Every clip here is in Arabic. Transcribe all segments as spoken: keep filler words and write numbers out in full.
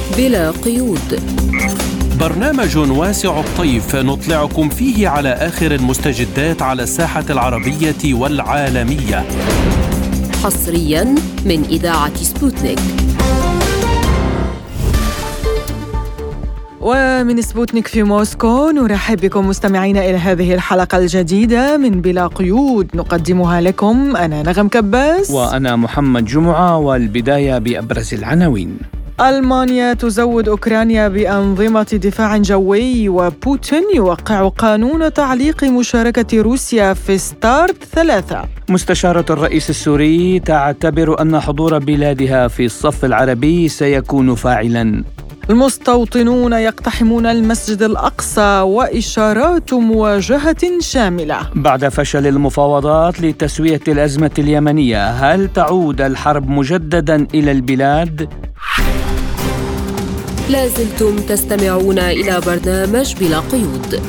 بلا قيود، برنامج واسع الطيف نطلعكم فيه على آخر المستجدات على الساحة العربية والعالمية، حصريا من إذاعة سبوتنيك. ومن سبوتنيك في موسكو نرحب بكم مستمعين إلى هذه الحلقة الجديدة من بلا قيود، نقدمها لكم أنا نغم كباس وأنا محمد جمعة. والبداية بأبرز العناوين. ألمانيا تزود أوكرانيا بأنظمة دفاع جوي، وبوتين يوقع قانون تعليق مشاركة روسيا في ستارت ثلاثة. مستشارة الرئيس السوري تعتبر أن حضور بلادها في الصف العربي سيكون فاعلا. المستوطنون يقتحمون المسجد الأقصى وإشارات مواجهة شاملة. بعد فشل المفاوضات لتسوية الأزمة اليمنية، هل تعود الحرب مجددا إلى البلاد؟ لازلتم تستمعون إلى برنامج بلا قيود.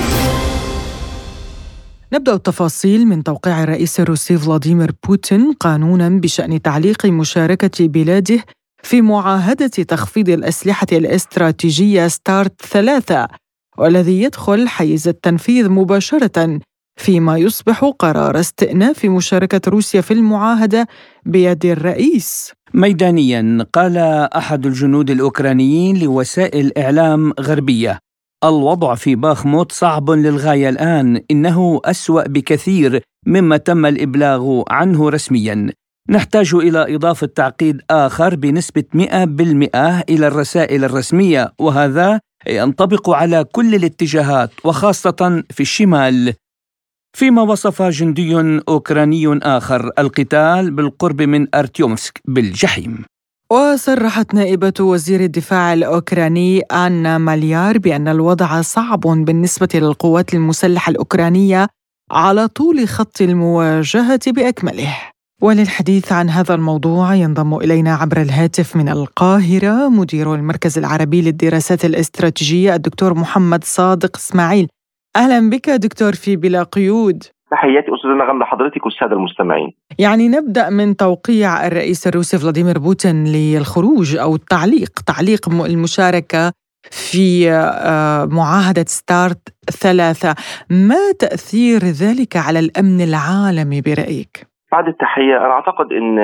نبدأ التفاصيل من توقيع الرئيس الروسي فلاديمير بوتين قانونا بشأن تعليق مشاركة بلاده في معاهدة تخفيض الأسلحة الاستراتيجية ستارت ثلاثة، والذي يدخل حيز التنفيذ مباشرة، فيما يصبح قرار استئناف مشاركة روسيا في المعاهدة بيد الرئيس. ميدانيا، قال أحد الجنود الأوكرانيين لوسائل إعلام غربية: الوضع في باخموت صعب للغاية الآن، إنه أسوأ بكثير مما تم الإبلاغ عنه رسميا. نحتاج إلى إضافة تعقيد آخر بنسبة مئة بالمئة إلى الرسائل الرسمية، وهذا ينطبق على كل الاتجاهات وخاصة في الشمال. فيما وصف جندي أوكراني آخر القتال بالقرب من أرتيومسك بالجحيم. وصرحت نائبة وزير الدفاع الأوكراني آنا ماليار بأن الوضع صعب بالنسبة للقوات المسلحة الأوكرانية على طول خط المواجهة بأكمله. وللحديث عن هذا الموضوع ينضم إلينا عبر الهاتف من القاهرة مدير المركز العربي للدراسات الاستراتيجية الدكتور محمد صادق إسماعيل. أهلا بك دكتور في بلا قيود. تحياتي أستاذ نغم لحضرتك والسادة المستمعين. يعني نبدأ من توقيع الرئيس الروسي فلاديمير بوتين للخروج أو التعليق تعليق المشاركة في معاهدة ستارت ثلاثة. ما تأثير ذلك على الأمن العالمي برأيك؟ بعد التحية، أنا أعتقد أن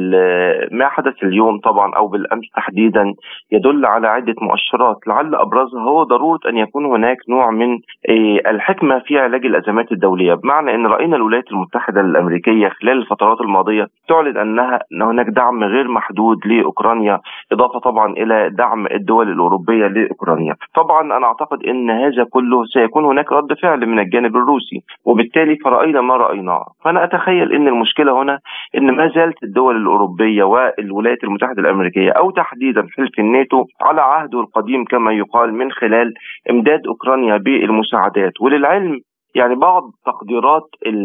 ما حدث اليوم طبعا أو بالأمس تحديدا يدل على عدة مؤشرات، لعل أبرزها هو ضرورة أن يكون هناك نوع من الحكمة في علاج الأزمات الدولية، بمعنى أن رأينا الولايات المتحدة الأمريكية خلال الفترات الماضية تعلن أنها أن هناك دعم غير محدود لأوكرانيا، إضافة طبعا إلى دعم الدول الأوروبية لأوكرانيا. طبعا أنا أعتقد أن هذا كله سيكون هناك رد فعل من الجانب الروسي، وبالتالي فرأينا ما رأيناه. فأنا أتخيل أن المشكلة هنا ان ما زالت الدول الاوروبيه والولايات المتحده الامريكيه او تحديدا حلف الناتو على عهده القديم كما يقال، من خلال امداد اوكرانيا بالمساعدات. وللعلم يعني بعض تقديرات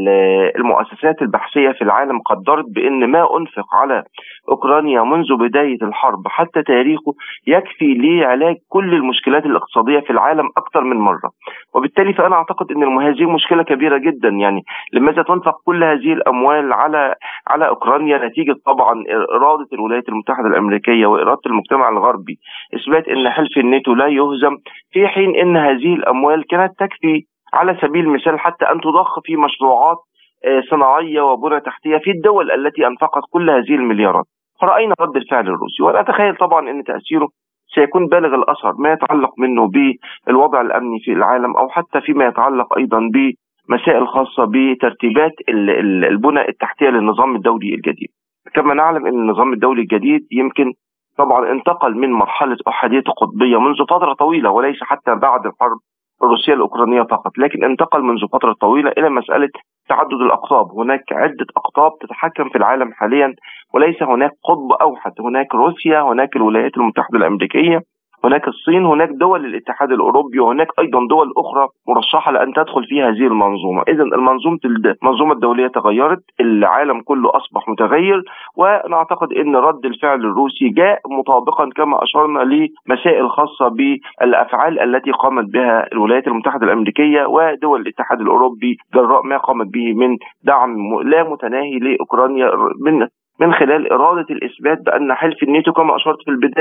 المؤسسات البحثيه في العالم قدرت بان ما انفق على اوكرانيا منذ بدايه الحرب حتى تاريخه يكفي لعلاج كل المشكلات الاقتصاديه في العالم اكثر من مره. وبالتالي فانا اعتقد ان هذه مشكله كبيره جدا. يعني لماذا تنفق كل هذه الاموال على على اوكرانيا نتيجه طبعا اراده الولايات المتحده الامريكيه واراده المجتمع الغربي اثبات ان حلف الناتو لا يهزم، في حين ان هذه الاموال كانت تكفي على سبيل المثال حتى أن تضخ في مشروعات صناعية وبنى تحتية في الدول التي أنفقت كل هذه المليارات. فرأينا رد الفعل الروسي، وأنا أتخيل طبعا أن تأثيره سيكون بالغ الأثر، ما يتعلق منه بالوضع الأمني في العالم أو حتى فيما يتعلق أيضا بمسائل خاصة بترتيبات البنى التحتية للنظام الدولي الجديد. كما نعلم أن النظام الدولي الجديد يمكن طبعا انتقل من مرحلة أحادية قطبية منذ فترة طويلة، وليس حتى بعد الحرب الروسية الأوكرانية فقط، لكن انتقل منذ فترة طويلة إلى مسألة تعدد الأقطاب. هناك عدة أقطاب تتحكم في العالم حاليا، وليس هناك قطب أوحد. هناك روسيا، هناك الولايات المتحدة الأمريكية، هناك الصين، هناك دول الاتحاد الأوروبي، وهناك أيضا دول أخرى مرشحة لأن تدخل في هذه المنظومة. إذن المنظومة المنظومة الدولية تغيرت، العالم كله أصبح متغير، وأنا أعتقد أن رد الفعل الروسي جاء مطابقا كما أشرنا لمسائل خاصة بالأفعال التي قامت بها الولايات المتحدة الأمريكية ودول الاتحاد الأوروبي جراء ما قامت به من دعم لا متناهي لأوكرانيا من من خلال إرادة الإثبات بأن حلف الناتو كما أشرت في البداية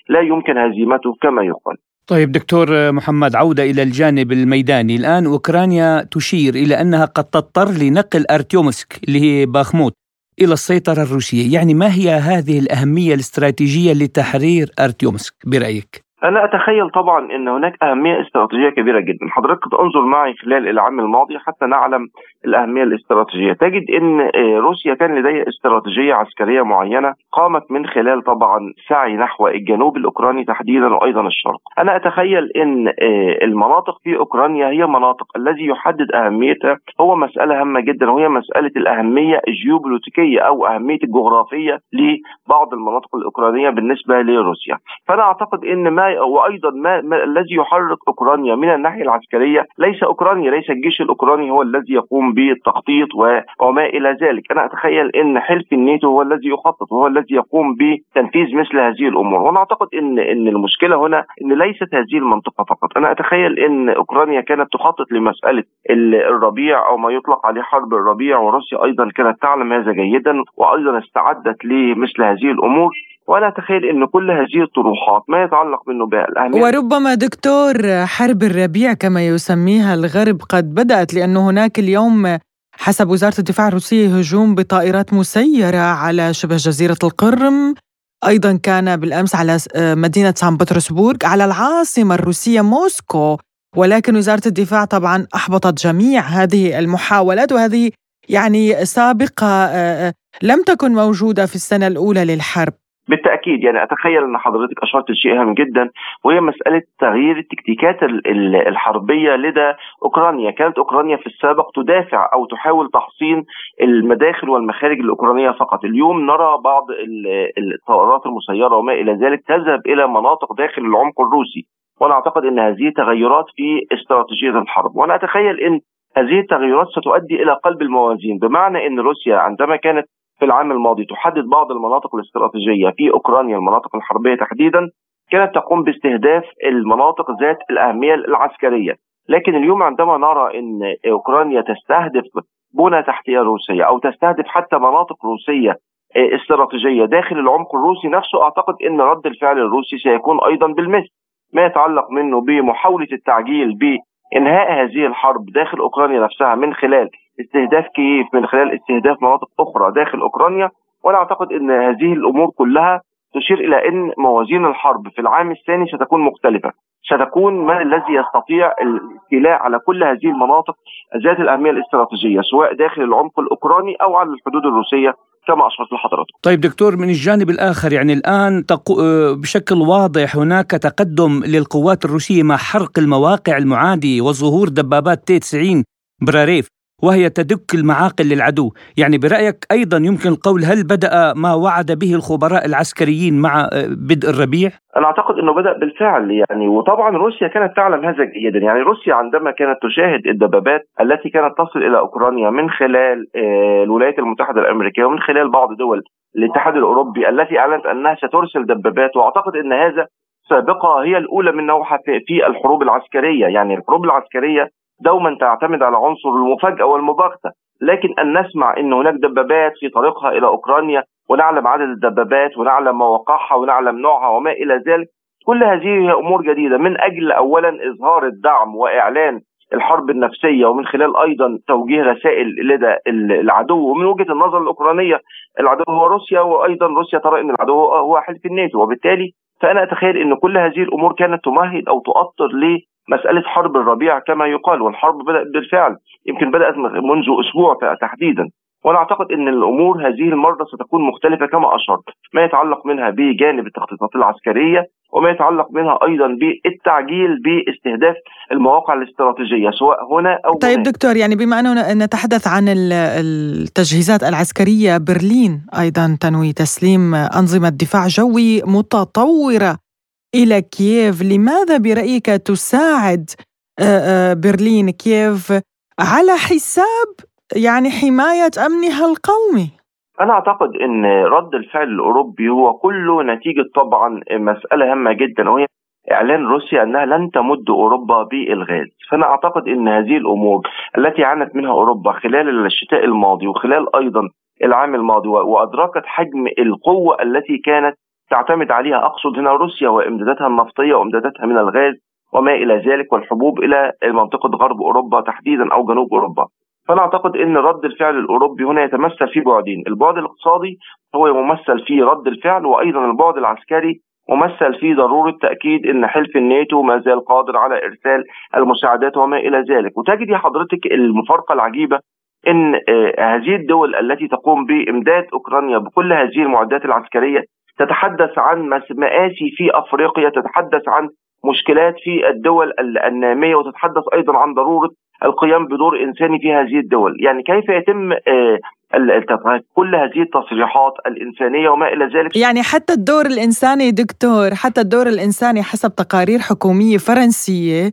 لا يمكن هزيمته كما يقال. طيب دكتور محمد، عودة إلى الجانب الميداني. الآن أوكرانيا تشير إلى أنها قد تضطر لنقل أرتيومسك اللي هي باخموت إلى السيطرة الروسية، يعني ما هي هذه الأهمية الاستراتيجية لتحرير أرتيومسك برأيك؟ أنا أتخيل طبعا أن هناك أهمية استراتيجية كبيرة جدا. حضرتك تنظر معي خلال العام الماضي حتى نعلم الأهمية الاستراتيجية، تجد أن روسيا كان لديها استراتيجية عسكرية معينة قامت من خلال طبعا سعي نحو الجنوب الأوكراني تحديدا وأيضا الشرق. أنا أتخيل أن المناطق في أوكرانيا هي مناطق الذي يحدد أهميتها هو مسألة هامة جدا، وهي مسألة الأهمية الجيوبوليتيكية أو أهمية الجغرافية لبعض المناطق الأوكرانية بالنسبة لروسيا. فأنا أعتقد أن ما وايضا ما, ما الذي يحرك اوكرانيا من الناحيه العسكريه ليس اوكرانيا، ليس الجيش الاوكراني هو الذي يقوم بالتخطيط وما الى ذلك. انا اتخيل ان حلف الناتو هو الذي يخطط وهو الذي يقوم بتنفيذ مثل هذه الامور. وانا اعتقد ان ان المشكله هنا ان ليست هذه المنطقه فقط. انا اتخيل ان اوكرانيا كانت تخطط لمساله الربيع او ما يطلق عليه حرب الربيع، وروسيا ايضا كانت تعلم هذا جيدا وايضا استعدت لمثل هذه الامور. وأنا أتخيل أن كل هذه الطروحات ما يتعلق منه بالأهمية. وربما دكتور حرب الربيع كما يسميها الغرب قد بدأت، لأن هناك اليوم حسب وزارة الدفاع الروسية هجوم بطائرات مسيرة على شبه جزيرة القرم، أيضا كان بالأمس على مدينة سان بطرسبورغ، على العاصمة الروسية موسكو. ولكن وزارة الدفاع طبعا أحبطت جميع هذه المحاولات، وهذه يعني سابقة لم تكن موجودة في السنة الأولى للحرب. بالتأكيد، يعني أتخيل أن حضرتك أشرت لشيء هام جدا، وهي مسألة تغيير التكتيكات الحربية لدى أوكرانيا. كانت أوكرانيا في السابق تدافع أو تحاول تحصين المداخل والمخارج الأوكرانية فقط. اليوم نرى بعض الطائرات المسيرة وما إلى ذلك تذهب إلى مناطق داخل العمق الروسي، وأنا أعتقد أن هذه تغيرات في استراتيجية الحرب. وأنا أتخيل أن هذه التغيرات ستؤدي إلى قلب الموازين، بمعنى أن روسيا عندما كانت في العام الماضي تحدد بعض المناطق الاستراتيجية في أوكرانيا، المناطق الحربية تحديدا، كانت تقوم باستهداف المناطق ذات الأهمية العسكرية. لكن اليوم عندما نرى أن أوكرانيا تستهدف بنى تحتية روسية أو تستهدف حتى مناطق روسية استراتيجية داخل العمق الروسي نفسه، أعتقد أن رد الفعل الروسي سيكون أيضا بالمثل، ما يتعلق منه بمحاولة التعجيل بإنهاء هذه الحرب داخل أوكرانيا نفسها من خلال استهداف كييف، من خلال استهداف مناطق أخرى داخل أوكرانيا. وأنا أعتقد أن هذه الأمور كلها تشير إلى أن موازين الحرب في العام الثاني ستكون مختلفة، ستكون من الذي يستطيع الاستيلاء على كل هذه المناطق ذات الأهمية الاستراتيجية سواء داخل العمق الأوكراني أو على الحدود الروسية كما أشرت لحضراتكم. طيب دكتور، من الجانب الآخر يعني الآن تقو... بشكل واضح هناك تقدم للقوات الروسية مع حرق المواقع المعادية وظهور دبابات تي تسعين براريف، وهي تدك المعاقل للعدو. يعني برأيك أيضا يمكن القول هل بدأ ما وعد به الخبراء العسكريين مع بدء الربيع؟ أنا أعتقد أنه بدأ بالفعل، يعني وطبعا روسيا كانت تعلم هذا جيدا. يعني روسيا عندما كانت تشاهد الدبابات التي كانت تصل إلى أوكرانيا من خلال الولايات المتحدة الأمريكية ومن خلال بعض دول الاتحاد الأوروبي التي أعلنت أنها سترسل دبابات، وأعتقد أن هذا سابقة هي الأولى من نوعها في الحروب العسكرية. يعني الحروب العسكرية دوما تعتمد على عنصر المفاجأة والمباغتة، لكن أن نسمع أن هناك دبابات في طريقها إلى أوكرانيا ونعلم عدد الدبابات ونعلم مواقعها ونعلم نوعها وما إلى ذلك، كل هذه أمور جديدة من أجل أولا إظهار الدعم وإعلان الحرب النفسية، ومن خلال أيضا توجيه رسائل لدى العدو. ومن وجهة النظر الأوكرانية العدو هو روسيا، وأيضا روسيا ترى أن العدو هو حلف الناتو، وبالتالي فأنا أتخيل أن كل هذه الأمور كانت تمهد أو تؤطر ل مسألة حرب الربيع كما يقال. والحرب بدأت بالفعل، يمكن بدأت منذ أسبوع تحديدا. وأنا أعتقد أن الأمور هذه المرة ستكون مختلفة كما أشرت، ما يتعلق منها بجانب التخطيطات العسكرية وما يتعلق منها أيضا بالتعجيل باستهداف المواقع الاستراتيجية سواء هنا أو طيب هناك. دكتور، يعني بما أننا نتحدث عن التجهيزات العسكرية، برلين أيضا تنوي تسليم أنظمة دفاع جوي متطورة إلى كييف. لماذا برأيك تساعد برلين كييف على حساب يعني حماية أمنها القومي؟ أنا أعتقد أن رد الفعل الأوروبي هو كله نتيجة طبعا مسألة هامة جدا، وهي إعلان روسيا أنها لن تمد أوروبا بالغاز. فأنا أعتقد أن هذه الأمور التي عانت منها أوروبا خلال الشتاء الماضي وخلال أيضا العام الماضي، وأدركت حجم القوة التي كانت تعتمد عليها، أقصد هنا روسيا وإمداداتها النفطية وإمداداتها من الغاز وما إلى ذلك والحبوب إلى منطقة غرب أوروبا تحديدا أو جنوب أوروبا. فأنا أعتقد أن رد الفعل الأوروبي هنا يتمثل في بعدين، البعد الاقتصادي هو ممثل في رد الفعل، وأيضا البعد العسكري ممثل في ضرورة تأكيد أن حلف الناتو ما زال قادر على إرسال المساعدات وما إلى ذلك. وتجد يا حضرتك المفارقة العجيبة أن هذه الدول التي تقوم بإمداد أوكرانيا بكل هذه المعدات العسكرية تتحدث عن مآسي في أفريقيا، تتحدث عن مشكلات في الدول النامية، وتتحدث أيضا عن ضرورة القيام بدور إنساني في هذه الدول. يعني كيف يتم كل هذه التصريحات الإنسانية وما إلى ذلك؟ يعني حتى الدور الإنساني دكتور، حتى الدور الإنساني حسب تقارير حكومية فرنسية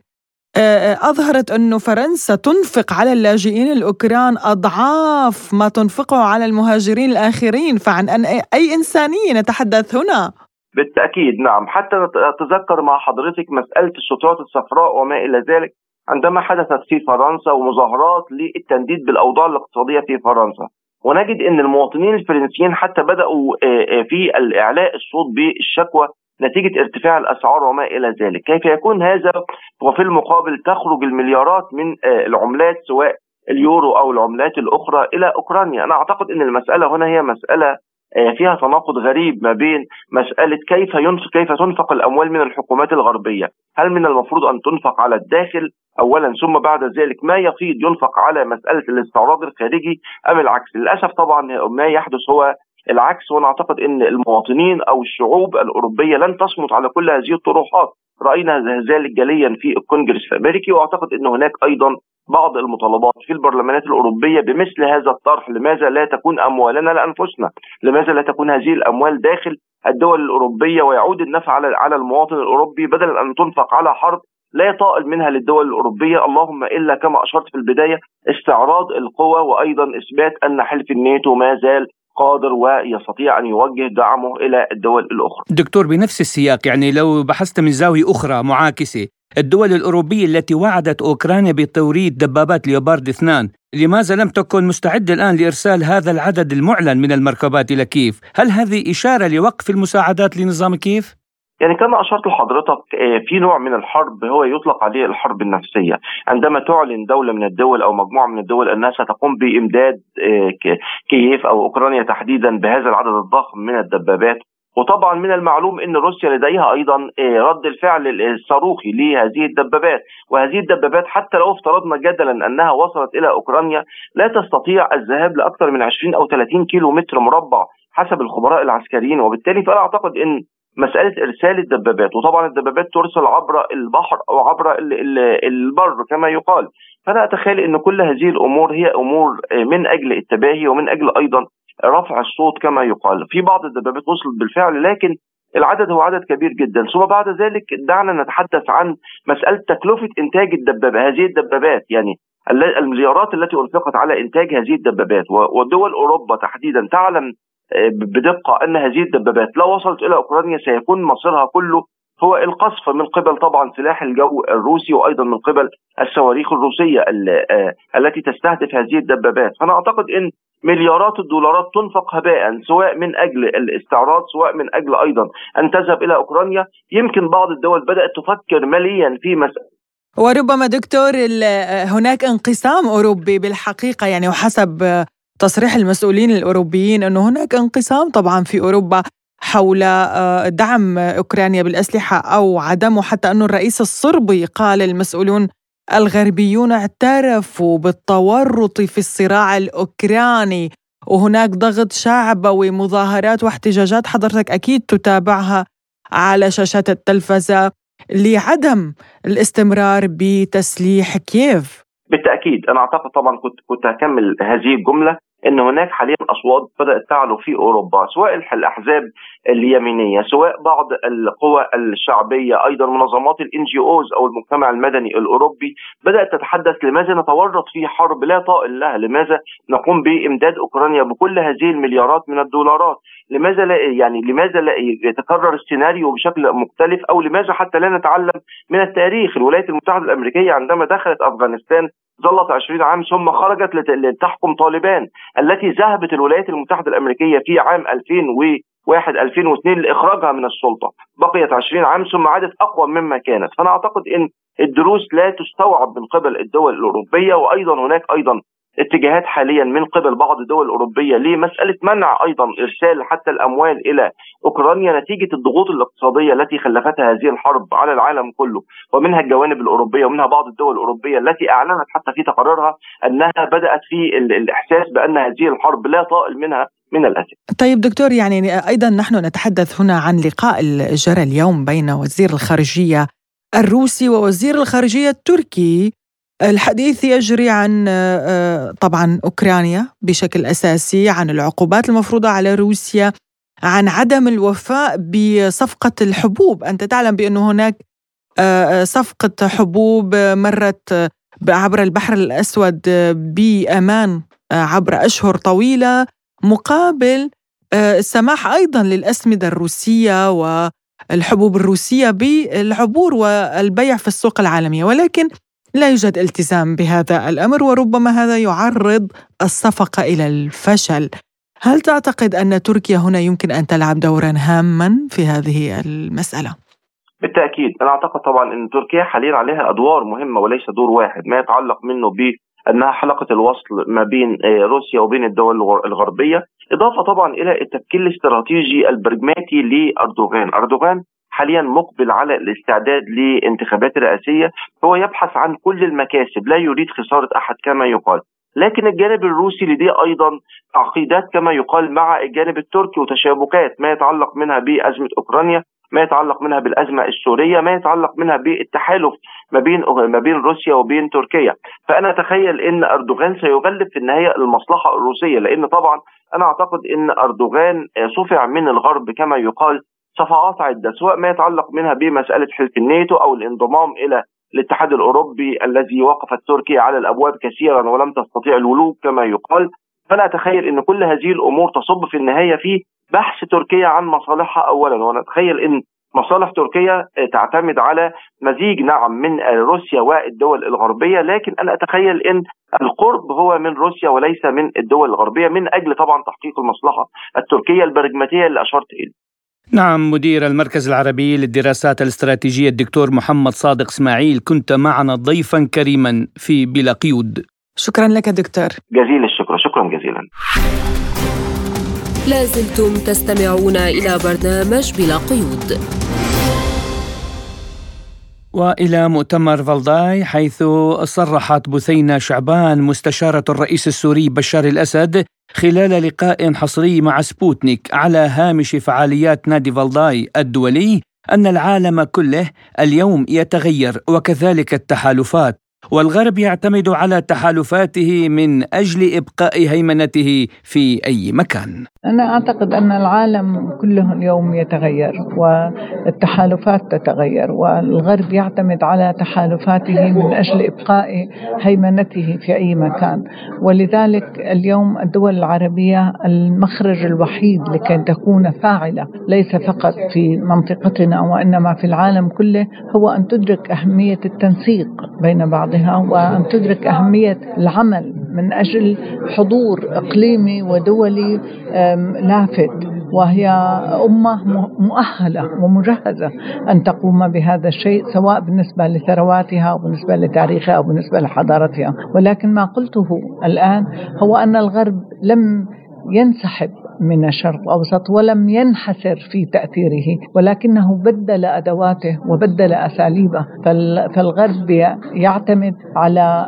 أظهرت أنه فرنسا تنفق على اللاجئين الأوكران أضعاف ما تنفقه على المهاجرين الآخرين، فعن أن أي إنسانية نتحدث هنا؟ بالتأكيد نعم. حتى أتذكر مع حضرتك مسألة السترات الصفراء وما إلى ذلك عندما حدثت في فرنسا ومظاهرات للتنديد بالأوضاع الاقتصادية في فرنسا، ونجد أن المواطنين الفرنسيين حتى بدأوا في الإعلاء الصوت بالشكوى نتيجة ارتفاع الأسعار وما إلى ذلك. كيف يكون هذا وفي المقابل تخرج المليارات من العملات سواء اليورو أو العملات الأخرى إلى أوكرانيا؟ أنا أعتقد أن المسألة هنا هي مسألة فيها تناقض غريب ما بين مسألة كيف ينفق كيف تنفق الأموال من الحكومات الغربية. هل من المفروض أن تنفق على الداخل أولا ثم بعد ذلك ما يفيض ينفق على مسألة الاستعراض الخارجي أم العكس؟ للأسف طبعا ما يحدث هو العكس. وأنا أعتقد أن المواطنين أو الشعوب الأوروبية لن تصمت على كل هذه الطروحات. رأينا ذلك جليا في الكونغرس الأمريكي، وأعتقد أن هناك أيضا بعض المطالبات في البرلمانات الأوروبية بمثل هذا الطرح. لماذا لا تكون أموالنا لأنفسنا؟ لماذا لا تكون هذه الأموال داخل الدول الأوروبية ويعود النفع على على المواطن الأوروبي بدلا أن تنفق على حرب لا طائل منها للدول الأوروبية، اللهم إلا كما أشرت في البداية استعراض القوى وأيضا إثبات أن حلف الناتو ما زال قادر ويستطيع أن يوجه دعمه إلى الدول الأخرى. دكتور، بنفس السياق، يعني لو بحثت من زاوية أخرى معاكسة، الدول الأوروبية التي وعدت أوكرانيا بتوريد دبابات ليوبارد اثنان، لماذا لم تكن مستعدة الآن لإرسال هذا العدد المعلن من المركبات إلى كييف؟ هل هذه إشارة لوقف المساعدات لنظام كييف؟ يعني كما أشرت لحضرتك في نوع من الحرب هو يطلق عليه الحرب النفسية. عندما تعلن دولة من الدول أو مجموعة من الدول أنها ستقوم بإمداد كييف أو أوكرانيا تحديدا بهذا العدد الضخم من الدبابات، وطبعا من المعلوم أن روسيا لديها أيضا رد الفعل الصاروخي لهذه الدبابات، وهذه الدبابات حتى لو افترضنا جدلا أنها وصلت إلى أوكرانيا لا تستطيع الذهاب لأكثر من عشرين أو ثلاثين كيلو متر مربع حسب الخبراء العسكريين. وبالتالي فأنا أعتقد أن مسألة إرسال الدبابات، وطبعا الدبابات ترسل عبر البحر أو عبر البر كما يقال، فأنا أتخيل أن كل هذه الأمور هي أمور من أجل التباهي ومن أجل أيضا رفع الصوت كما يقال. في بعض الدبابات وصلت بالفعل لكن العدد هو عدد كبير جدا. ثم بعد ذلك دعنا نتحدث عن مسألة تكلفة إنتاج الدبابة هذه الدبابات، يعني المليارات التي أنفقت على إنتاج هذه الدبابات، ودول أوروبا تحديدا تعلم بدقة أن هذه الدبابات لو وصلت إلى أوكرانيا سيكون مصيرها كله هو القصف من قبل طبعا سلاح الجو الروسي وأيضا من قبل الصواريخ الروسية التي تستهدف هذه الدبابات. فأنا أعتقد أن مليارات الدولارات تنفق هباء سواء من أجل الاستعراض سواء من أجل أيضا أن تذهب إلى أوكرانيا. يمكن بعض الدول بدأت تفكر ماليا في مسألة، وربما دكتور هناك انقسام أوروبي بالحقيقة، يعني وحسب تصريح المسؤولين الأوروبيين أنه هناك انقسام طبعا في أوروبا حول دعم أوكرانيا بالأسلحة أو عدمه، حتى أنه الرئيس الصربي قال المسؤولون الغربيون اعترفوا بالتورط في الصراع الأوكراني، وهناك ضغط شعبوي مظاهرات واحتجاجات حضرتك أكيد تتابعها على شاشات التلفزة لعدم الاستمرار بتسليح كييف. بالتأكيد أنا أعتقد طبعا كنت كنت هكمل هذه الجملة أن هناك حاليا أصوات بدأت تعلو في أوروبا سواء الأحزاب اليمينية سواء بعض القوى الشعبية أيضا منظمات الإن جي أوز أو المجتمع المدني الأوروبي بدأت تتحدث لماذا نتورط في حرب لا طائل لها، لماذا نقوم بإمداد أوكرانيا بكل هذه المليارات من الدولارات، لماذا لا يعني لماذا لا يتكرر السيناريو بشكل مختلف، أو لماذا حتى لا نتعلم من التاريخ. الولايات المتحدة الأمريكية عندما دخلت أفغانستان ظلت عشرين عام ثم خرجت لتحكم طالبان، التي ذهبت الولايات المتحدة الأمريكية في عام ألفين واحد ألفين واثنين لإخراجها من السلطة، بقيت عشرين عام ثم عادت أقوى مما كانت. فأنا أعتقد أن الدروس لا تستوعب من قبل الدول الأوروبية، وأيضا هناك أيضا اتجاهات حاليا من قبل بعض الدول الأوروبية لمسألة منع أيضا إرسال حتى الأموال إلى أوكرانيا نتيجة الضغوط الاقتصادية التي خلفتها هذه الحرب على العالم كله، ومنها الجوانب الأوروبية ومنها بعض الدول الأوروبية التي أعلنت حتى في تقاريرها أنها بدأت في الإحساس بأن هذه الحرب لا طائل منها من الأسف. طيب دكتور، يعني أيضا نحن نتحدث هنا عن لقاء جرى اليوم بين وزير الخارجية الروسي ووزير الخارجية التركي. الحديث يجري عن طبعا أوكرانيا بشكل أساسي، عن العقوبات المفروضة على روسيا، عن عدم الوفاء بصفقة الحبوب. أنت تعلم بأن هناك صفقة حبوب مرت عبر البحر الأسود بأمان عبر أشهر طويلة، مقابل السماح أيضا للأسمدة الروسية والحبوب الروسية بالعبور والبيع في السوق العالمية، ولكن لا يوجد التزام بهذا الأمر، وربما هذا يعرض الصفقة إلى الفشل. هل تعتقد أن تركيا هنا يمكن أن تلعب دورا هاما في هذه المسألة؟ بالتأكيد أنا أعتقد طبعا أن تركيا حاليا عليها أدوار مهمة وليس دور واحد، ما يتعلق منه بأنها حلقة الوصل ما بين روسيا وبين الدول الغربية، إضافة طبعا إلى التفكير الاستراتيجي البرغماتي لأردوغان. أردوغان حاليا مقبل على الاستعداد لانتخابات رئاسية، هو يبحث عن كل المكاسب، لا يريد خسارة أحد كما يقال. لكن الجانب الروسي لديه أيضا تعقيدات كما يقال مع الجانب التركي وتشابكات، ما يتعلق منها بأزمة أوكرانيا، ما يتعلق منها بالأزمة السورية، ما يتعلق منها بالتحالف ما بين ما بين روسيا وبين تركيا. فأنا أتخيل أن أردوغان سيغلب في النهاية المصلحة الروسية، لأن طبعا أنا أعتقد أن أردوغان صفع من الغرب كما يقال صفعات عدة، سواء ما يتعلق منها بمسألة حلف الناتو أو الانضمام إلى الاتحاد الأوروبي الذي وقفت تركيا على الأبواب كثيرا ولم تستطيع الولوج كما يقال. فأنا أتخيل أن كل هذه الأمور تصب في النهاية في بحث تركيا عن مصالحها أولا، وأنا أتخيل أن مصالح تركيا تعتمد على مزيج نعم من روسيا والدول الغربية، لكن أنا أتخيل أن القرب هو من روسيا وليس من الدول الغربية، من أجل طبعا تحقيق المصلحة التركية البرغماتية اللي أشرت إليه. نعم، مدير المركز العربي للدراسات الاستراتيجية الدكتور محمد صادق إسماعيل، كنت معنا ضيفا كريما في بلا قيود. شكرا لك دكتور. جزيل الشكر، شكرا جزيلا. لازلتم تستمعون إلى برنامج بلا قيود. وإلى مؤتمر فالداي، حيث صرحت بثينة شعبان مستشارة الرئيس السوري بشار الأسد خلال لقاء حصري مع سبوتنيك على هامش فعاليات نادي فالداي الدولي أن العالم كله اليوم يتغير وكذلك التحالفات، والغرب يعتمد على تحالفاته من أجل إبقاء هيمنته في أي مكان. أنا أعتقد أن العالم كله اليوم يتغير والتحالفات تتغير، والغرب يعتمد على تحالفاته من أجل إبقاء هيمنته في أي مكان. ولذلك اليوم الدول العربية المخرج الوحيد لكي تكون فاعلة ليس فقط في منطقتنا وإنما في العالم كله هو أن تدرك أهمية التنسيق بين بعض وأن تدرك أهمية العمل من أجل حضور إقليمي ودولي لافت، وهي أمة مؤهلة ومجهزة أن تقوم بهذا الشيء، سواء بالنسبة لثرواتها أو بالنسبة لتاريخها أو بالنسبة لحضارتها. ولكن ما قلته الآن هو أن الغرب لم ينسحب من الشرق الأوسط ولم ينحسر في تأثيره، ولكنه بدل أدواته وبدل أساليبه. فالغرب يعتمد على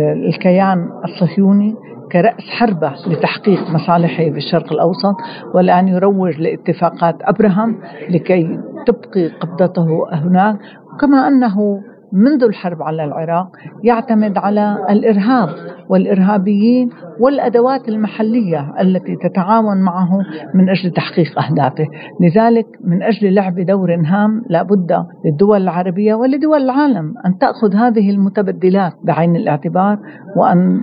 الكيان الصهيوني كرأس حربة لتحقيق مصالحه في الشرق الأوسط، والآن يروج لاتفاقات أبراهام لكي تبقي قبضته هناك، كما أنه منذ الحرب على العراق يعتمد على الإرهاب والإرهابيين والأدوات المحلية التي تتعاون معه من أجل تحقيق أهدافه. لذلك من أجل لعب دور هام لابد للدول العربية ولدول العالم أن تأخذ هذه المتبدلات بعين الاعتبار وأن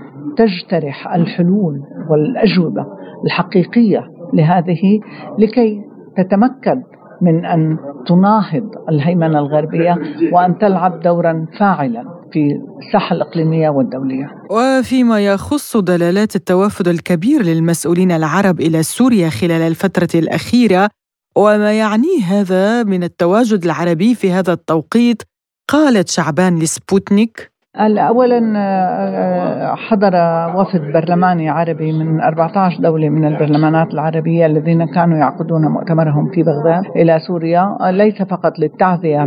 تجترح الحلول والأجوبة الحقيقية لهذه لكي تتمكن من أن تناهض الهيمنة الغربية وأن تلعب دورا فاعلا في الساحة الإقليمية والدولية. وفيما يخص دلالات التوافد الكبير للمسؤولين العرب إلى سوريا خلال الفترة الأخيرة، وما يعنيه هذا من التواجد العربي في هذا التوقيت؟ قالت شعبان لسبوتنيك. أولا حضر وفد برلماني عربي من أربعة عشر دولة من البرلمانات العربية الذين كانوا يعقدون مؤتمرهم في بغداد إلى سوريا، ليس فقط للتعزية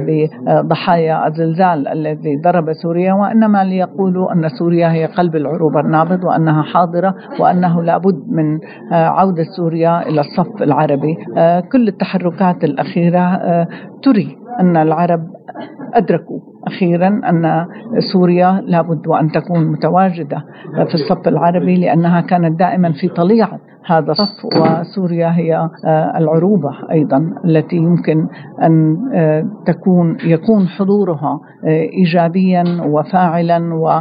بضحايا الزلزال الذي ضرب سوريا، وإنما ليقولوا أن سوريا هي قلب العروبة النابض وأنها حاضرة وأنه لابد من عودة سوريا إلى الصف العربي. كل التحركات الأخيرة تري أن العرب أدركوا أخيرا أن سوريا لابد وأن تكون متواجدة في الصف العربي، لأنها كانت دائما في طليعة هذا الصف، وسوريا هي العروبة أيضا التي يمكن أن تكون يكون حضورها إيجابيا وفاعلا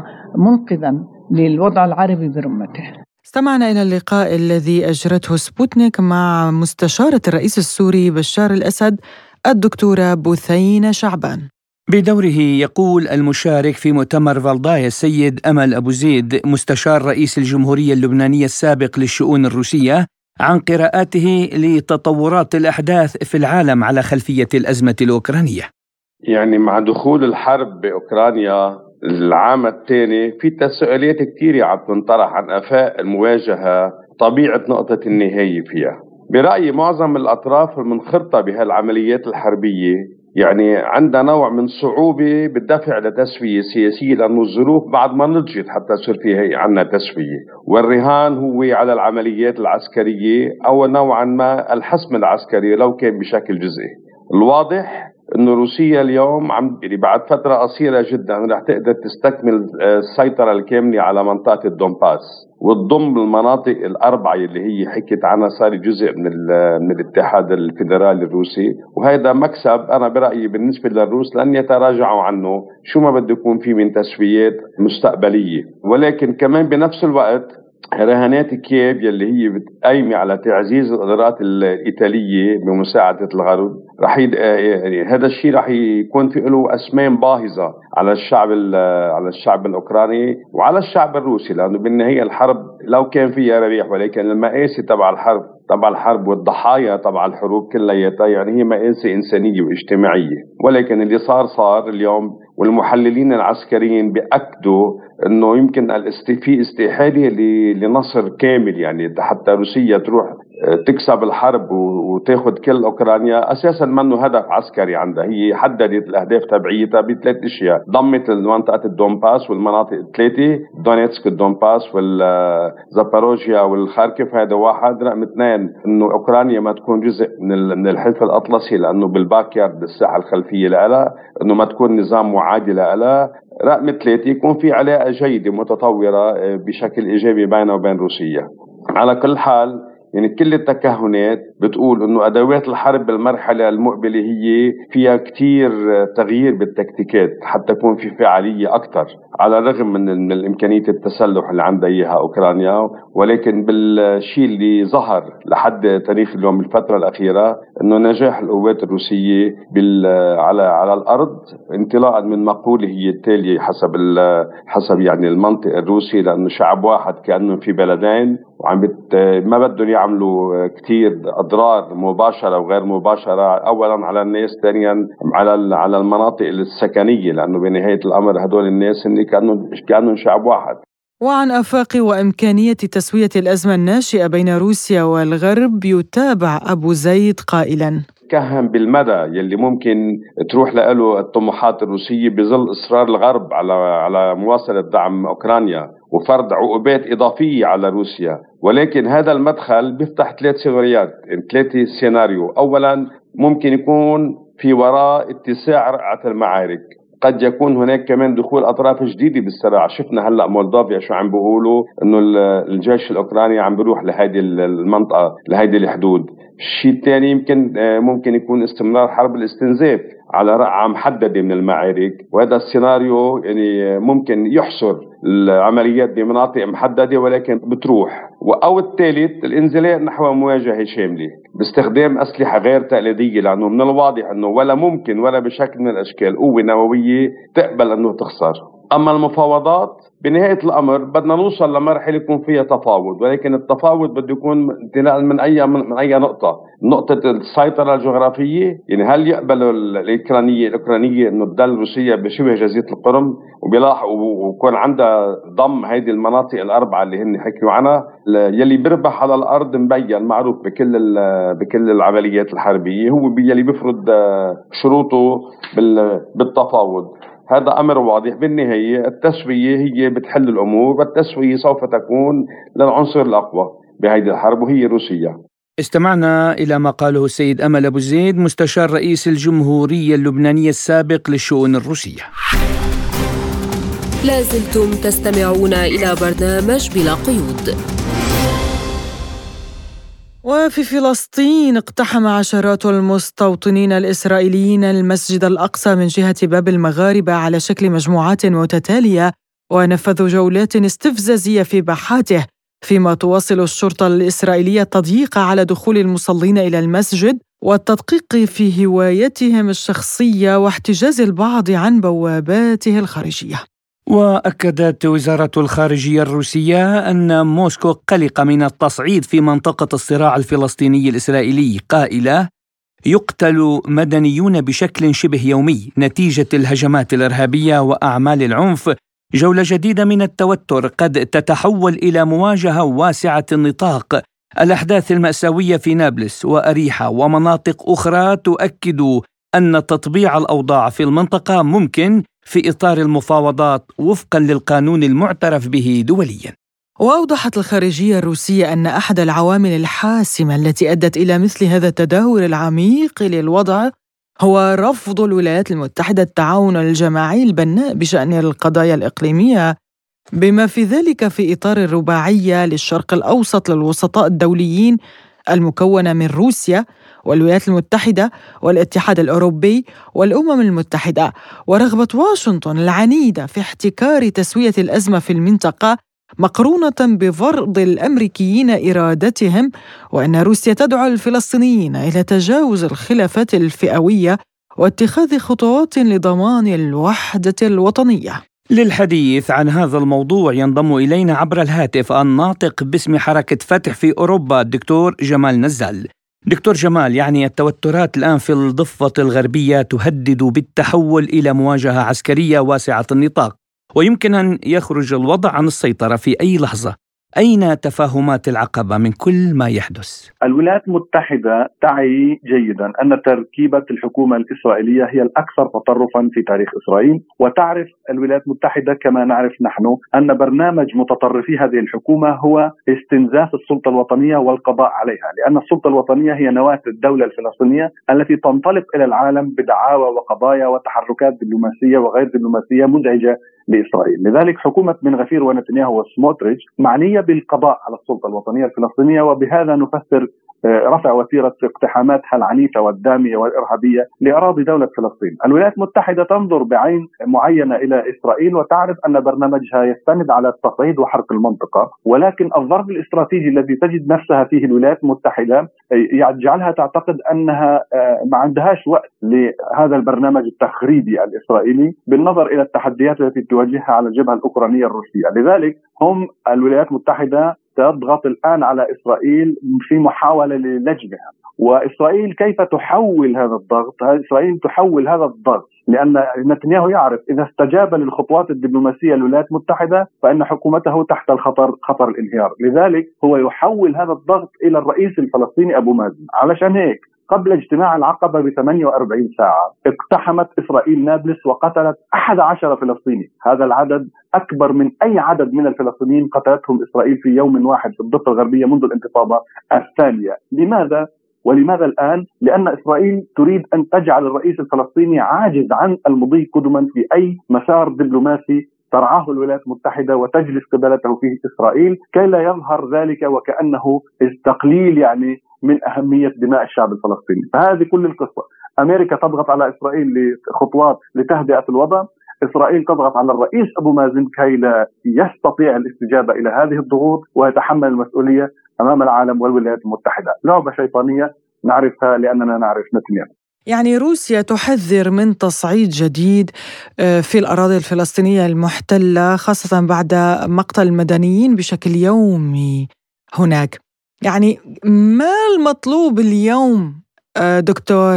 ومنقذا للوضع العربي برمته. استمعنا إلى اللقاء الذي أجرته سبوتنيك مع مستشارة الرئيس السوري بشار الأسد الدكتورة بثينة شعبان. بدوره يقول المشارك في مؤتمر فالدايا السيد أمل أبو زيد مستشار رئيس الجمهورية اللبنانية السابق للشؤون الروسية عن قراءاته لتطورات الأحداث في العالم على خلفية الأزمة الأوكرانية. يعني مع دخول الحرب بأوكرانيا العام الثاني في تساؤلات كثيرة عم تنطرح عن أفاق المواجهة، طبيعة نقطة النهاية فيها. برأيي معظم الأطراف المنخرطة بهالعمليات الحربية يعني عندها نوع من صعوبة بالدفع لتسوية سياسية، لأنه الظروف بعد ما نضجت حتى يصير فيها عنا تسوية، والرهان هو على العمليات العسكرية أو نوعا ما الحسم العسكري لو كان بشكل جزئي. الواضح إنه روسيا اليوم عم يعني بعد فترة قصيرة جدا رح تقدر تستكمل السيطرة الكاملة على منطقة الدونباس وتضم المناطق الأربعة اللي هي حكت عنها صار جزء من من الاتحاد الفيدرالي الروسي، وهذا مكسب أنا برأيي بالنسبة للروس لن يتراجعوا عنه شو ما بده يكون فيه من تسويات مستقبلية. ولكن كمان بنفس الوقت رهانات كييف يلي هي قايمة على تعزيز القدرات الإيطالية بمساعدة الغرب رح يد... يعني هذا الشيء رح يكون في له أسمان باهظة على الشعب على الشعب الأوكراني وعلى الشعب الروسي، لأنه بالنهاية الحرب لو كان فيها ربيح، ولكن المآسي تبع الحرب تبع الحرب والضحايا تبع الحروب كلياتها يعني هي مآسي إنسانية واجتماعية. ولكن اللي صار صار اليوم، والمحللين العسكريين بيأكدوا انه يمكن في استحالة لنصر كامل، يعني حتى روسيا تروح تكسب الحرب وتاخذ كل اوكرانيا اساسا منه هدف عسكري عندها، هي حددت الاهداف تبعيتها بثلاث اشياء، ضمت منطقه الدونباس والمناطق الثلاثه دونيتسك الدونباس والزاباروجيا والخاركيف، هذا واحد. رقم اثنين انه اوكرانيا ما تكون جزء من من الحلف الاطلسي لانه بالباك يارد الساحه الخلفيه لها، انه ما تكون نظام معادي لها. رقم ثلاثه يكون في علاقه جيده متطوره بشكل ايجابي بينها وبين روسيا. على كل حال يعني كل التكهنات بتقول انه ادوات الحرب بالمرحله المقبله هي فيها كتير تغيير بالتكتيكات حتى يكون في فعاليه اكثر، على الرغم من, من الامكانيه التسلح اللي عندها اياها اوكرانيا. ولكن بالشيء اللي ظهر لحد تاريخ اليوم الفتره الاخيره انه نجاح القوات الروسيه بال على على الارض، انطلاقا من مقوله هي التاليه حسب حسب يعني المنطق الروسي، لانه شعب واحد كانه في بلدين وعم بت ما بدهم يعملوا كتير اضرار مباشره وغير مباشره، اولا على الناس، ثانيا على على المناطق السكنيه، لانه بنهايه الامر هدول الناس اللي كانوا كانوا شعب واحد. وعن آفاق وإمكانية تسوية الأزمة الناشئة بين روسيا والغرب يتابع أبو زيد قائلاً: كهم بالمدى يلي ممكن تروح له الطموحات الروسية بظل إصرار الغرب على على مواصلة دعم أوكرانيا وفرض عقوبات إضافية على روسيا. ولكن هذا المدخل بيفتح ثلاث سيناريوهات، ثلاثة سيناريو. أولاً ممكن يكون في وراء اتساع رقعة المعارك، قد يكون هناك كمان دخول أطراف جديدة بالصراع. شفنا هلأ مولدوفيا شو عم بيقولوا إنه الجيش الأوكراني عم بيروح لهذه المنطقة لهذه الحدود. الشيء الثاني يمكن ممكن يكون استمرار حرب الاستنزاف على رقعة محددة من المعارك، وهذا السيناريو يعني ممكن يحصر العمليات بمناطق محددة ولكن بتروح. أو الثالث الانزلاق نحو مواجهة شاملة باستخدام أسلحة غير تقليدية، لأنه من الواضح أنه ولا ممكن ولا بشكل من الأشكال قوة نووية تقبل أنه تخسر. أما المفاوضات بنهاية الأمر بدنا نوصل لمرحلة يكون فيها تفاوض، ولكن التفاوض بده يكون انتقال من أي من أي نقطة، نقطة السيطرة الجغرافية، يعني هل يقبلوا الأوكرانية الأوكرانية إنه تضل روسيا بشبه جزيرة القرم وبيلاحقوا ويكون عندها ضم هذه المناطق الأربعة اللي هن حكيوا عنها، يلي بيربح على الأرض مبين معروف بكل بكل العمليات الحربية، هو يلي بيفرض شروطه بالتفاوض. هذا أمر واضح. بالنهاية التسوية هي بتحل الأمور، والتسوية سوف تكون للعنصر الأقوى بهذه الحرب وهي روسيا. استمعنا إلى ما قاله السيد أمل أبو زيد مستشار رئيس الجمهورية اللبنانية السابق للشؤون الروسية. لازلتم تستمعون إلى برنامج بلا قيود. وفي فلسطين اقتحم عشرات المستوطنين الإسرائيليين المسجد الأقصى من جهة باب المغاربة على شكل مجموعات متتالية، ونفذوا جولات استفزازية في باحاته، فيما تواصل الشرطة الإسرائيلية التضييق على دخول المصلين إلى المسجد والتدقيق في هوايتهم الشخصية واحتجاز البعض عن بواباته الخارجية. وأكدت وزارة الخارجية الروسية أن موسكو قلقة من التصعيد في منطقة الصراع الفلسطيني الإسرائيلي، قائلة: يقتل مدنيون بشكل شبه يومي نتيجة الهجمات الإرهابية وأعمال العنف. جولة جديدة من التوتر قد تتحول إلى مواجهة واسعة النطاق. الأحداث المأساوية في نابلس وأريحة ومناطق أخرى تؤكد أن تطبيع الأوضاع في المنطقة ممكن في إطار المفاوضات وفقا للقانون المعترف به دوليا. وأوضحت الخارجية الروسية أن أحد العوامل الحاسمة التي أدت إلى مثل هذا التدهور العميق للوضع هو رفض الولايات المتحدة التعاون الجماعي البناء بشأن القضايا الإقليمية، بما في ذلك في إطار الرباعية للشرق الأوسط للوسطاء الدوليين المكونة من روسيا والولايات المتحدة والاتحاد الأوروبي والأمم المتحدة، ورغبة واشنطن العنيدة في احتكار تسوية الأزمة في المنطقة مقرونة بفرض الأمريكيين إرادتهم، وأن روسيا تدعو الفلسطينيين إلى تجاوز الخلافات الفئوية واتخاذ خطوات لضمان الوحدة الوطنية. للحديث عن هذا الموضوع ينضم إلينا عبر الهاتف الناطق باسم حركة فتح في أوروبا الدكتور جمال نزال. دكتور جمال، يعني التوترات الآن في الضفة الغربية تهدد بالتحول إلى مواجهة عسكرية واسعة النطاق، ويمكن أن يخرج الوضع عن السيطرة في أي لحظة. أين تفاهمات العقبة من كل ما يحدث؟ الولايات المتحدة تعي جيدا أن تركيبة الحكومة الإسرائيلية هي الأكثر تطرفا في تاريخ إسرائيل، وتعرف الولايات المتحدة كما نعرف نحن أن برنامج متطرفي هذه الحكومة هو استنزاف السلطة الوطنية والقضاء عليها، لأن السلطة الوطنية هي نواة الدولة الفلسطينية التي تنطلق إلى العالم بدعاوى وقضايا وتحركات دبلوماسية وغير دبلوماسية مزعجة لإسرائيل. لذلك حكومة بن غفير ونتنياهو وسموتريتش معنية بالقضاء على السلطة الوطنية الفلسطينية، وبهذا نفسر رفع وتيرة اقتحاماتها العنيفة والدامية والإرهابية لأراضي دولة فلسطين. الولايات المتحدة تنظر بعين معينة إلى إسرائيل وتعرف أن برنامجها يستند على التصعيد وحرق المنطقة، ولكن الظرف الاستراتيجي الذي تجد نفسها فيه الولايات المتحدة يجعلها تعتقد أنها ما عندهاش وقت لهذا البرنامج التخريبي الإسرائيلي بالنظر إلى التحديات التي تواجهها على الجبهة الأوكرانية الروسية. لذلك هم الولايات المتحدة تضغط الآن على إسرائيل في محاولة للجمها. وإسرائيل كيف تحول هذا الضغط؟ إسرائيل تحول هذا الضغط لأن نتنياهو يعرف إذا استجاب للخطوات الدبلوماسية للولايات المتحدة فإن حكومته تحت الخطر، خطر الانهيار. لذلك هو يحول هذا الضغط إلى الرئيس الفلسطيني أبو مازن. علشان هيك قبل اجتماع العقبة ب ثمانية وأربعين ساعة اقتحمت إسرائيل نابلس وقتلت أحد عشر فلسطيني. هذا العدد أكبر من أي عدد من الفلسطينيين قتلتهم إسرائيل في يوم واحد في الضفة الغربية منذ الانتفاضة الثانية. لماذا؟ ولماذا الآن؟ لأن إسرائيل تريد أن تجعل الرئيس الفلسطيني عاجز عن المضي قدما في أي مسار دبلوماسي ترعاه الولايات المتحدة وتجلس قبالته فيه إسرائيل، كي لا يظهر ذلك وكأنه تقليل يعني من أهمية دماء الشعب الفلسطيني. فهذه كل القصة. أمريكا تضغط على إسرائيل لخطوات لتهدئة الوضع، إسرائيل تضغط على الرئيس أبو مازن كي لا يستطيع الاستجابة إلى هذه الضغوط ويتحمل المسؤولية أمام العالم والولايات المتحدة. لعبة شيطانية نعرفها لأننا نعرف نتنياهو. يعني روسيا تحذر من تصعيد جديد في الأراضي الفلسطينية المحتلة، خاصة بعد مقتل المدنيين بشكل يومي هناك. يعني ما المطلوب اليوم دكتور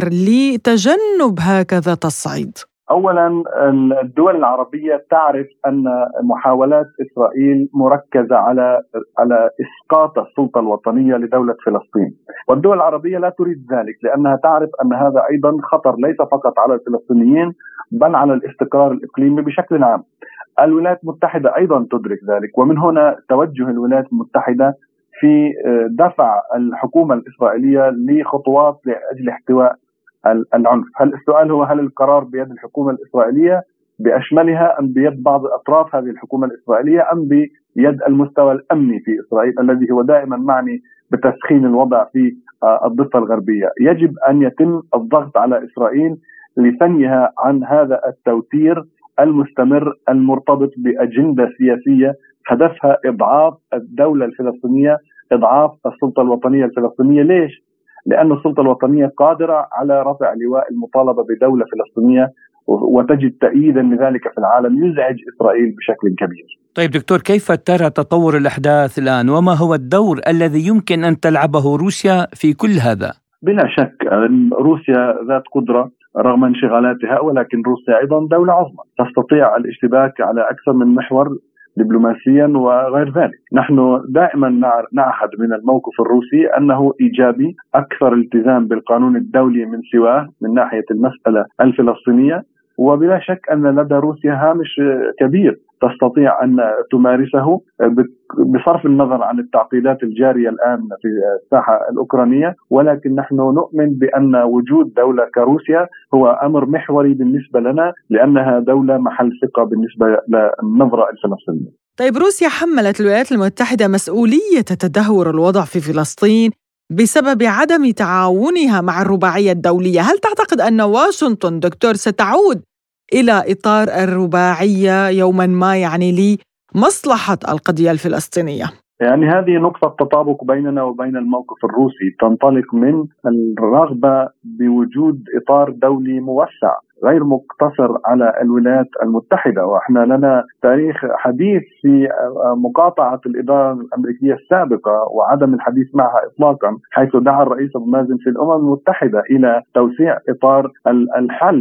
لتجنب هكذا تصعيد؟ أولا، الدول العربية تعرف أن محاولات إسرائيل مركزة على على إسقاط السلطة الوطنية لدولة فلسطين، والدول العربية لا تريد ذلك، لأنها تعرف أن هذا أيضا خطر ليس فقط على الفلسطينيين بل على الاستقرار الإقليمي بشكل عام. الولايات المتحدة أيضا تدرك ذلك، ومن هنا توجه الولايات المتحدة في دفع الحكومة الإسرائيلية لخطوات لأجل احتواء العنف. هل السؤال هو هل القرار بيد الحكومة الإسرائيلية بأشملها أم بيد بعض أطراف هذه الحكومة الإسرائيلية أم بيد المستوى الأمني في إسرائيل الذي هو دائما معني بتسخين الوضع في الضفة الغربية؟ يجب أن يتم الضغط على إسرائيل لثنيها عن هذا التوتير المستمر المرتبط بأجندة سياسية هدفها إضعاف الدولة الفلسطينية، إضعاف السلطة الوطنية الفلسطينية. ليش؟ لأن السلطة الوطنية قادرة على رفع لواء المطالبة بدولة فلسطينية، وتجد تأييدا لذلك في العالم يزعج إسرائيل بشكل كبير. طيب دكتور، كيف ترى تطور الأحداث الآن، وما هو الدور الذي يمكن أن تلعبه روسيا في كل هذا؟ بلا شك روسيا ذات قدرة رغم انشغالاتها، ولكن روسيا أيضا دولة عظمى تستطيع الاشتباك على أكثر من محور دبلوماسيا وغير ذلك. نحن دائما نعهد من الموقف الروسي أنه إيجابي، أكثر التزام بالقانون الدولي من سواه من ناحية المسألة الفلسطينية، وبلا شك أن لدى روسيا هامش كبير تستطيع أن تمارسه بصرف النظر عن التعقيدات الجارية الآن في الساحة الأوكرانية، ولكن نحن نؤمن بأن وجود دولة كروسيا هو أمر محوري بالنسبة لنا، لأنها دولة محل ثقة بالنسبة للنظرة الفلسطينية. طيب روسيا حملت الولايات المتحدة مسؤولية تدهور الوضع في فلسطين بسبب عدم تعاونها مع الرباعية الدولية. هل تعتقد أن واشنطن دكتور ستعود إلى إطار الرباعية يوما ما، يعني لمصلحة القضية الفلسطينية؟ يعني هذه نقطة تطابق بيننا وبين الموقف الروسي، تنطلق من الرغبة بوجود إطار دولي موسع غير مقتصر على الولايات المتحدة. وإحنا لنا تاريخ حديث في مقاطعة الإدارة الأمريكية السابقة وعدم الحديث معها إطلاقا، حيث دعا الرئيس أبو مازن في الأمم المتحدة إلى توسيع إطار الحل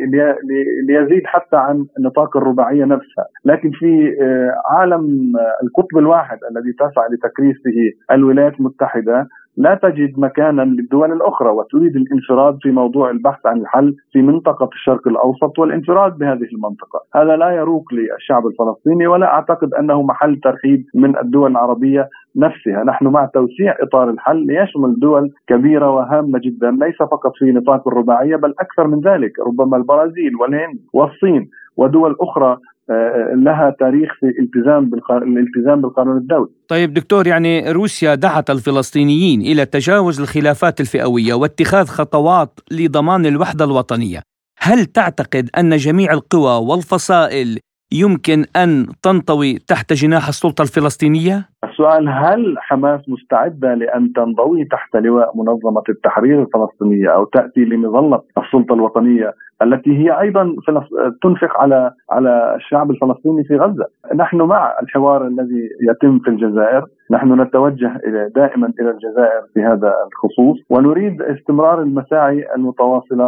ليزيد حتى عن نطاق الرباعية نفسها. لكن في عالم القطب الواحد الذي تسعى لتكريسه الولايات المتحدة لا تجد مكانا للدول الأخرى، وتريد الانفراد في موضوع البحث عن الحل في منطقة الشرق الأوسط والانفراد بهذه المنطقة. هذا لا يروق للشعب الفلسطيني، ولا أعتقد أنه محل ترحيب من الدول العربية نفسها. نحن مع توسيع إطار الحل ليشمل دول كبيرة وهامة جدا، ليس فقط في نطاق الرباعية بل أكثر من ذلك، ربما البرازيل والهند والصين ودول أخرى لها تاريخ في الالتزام بالالتزام بالقانون الدولي. طيب دكتور، يعني روسيا دعت الفلسطينيين إلى تجاوز الخلافات الفئوية واتخاذ خطوات لضمان الوحدة الوطنية. هل تعتقد أن جميع القوى والفصائل يمكن أن تنطوي تحت جناح السلطة الفلسطينية؟ السؤال هل حماس مستعدة لأن تنضوي تحت لواء منظمة التحرير الفلسطينية أو تأتي لمظلة السلطة الوطنية التي هي أيضا تنفق على على الشعب الفلسطيني في غزة؟ نحن مع الحوار الذي يتم في الجزائر، نحن نتوجه إلى دائما إلى الجزائر في هذا الخصوص، ونريد استمرار المساعي المتواصلة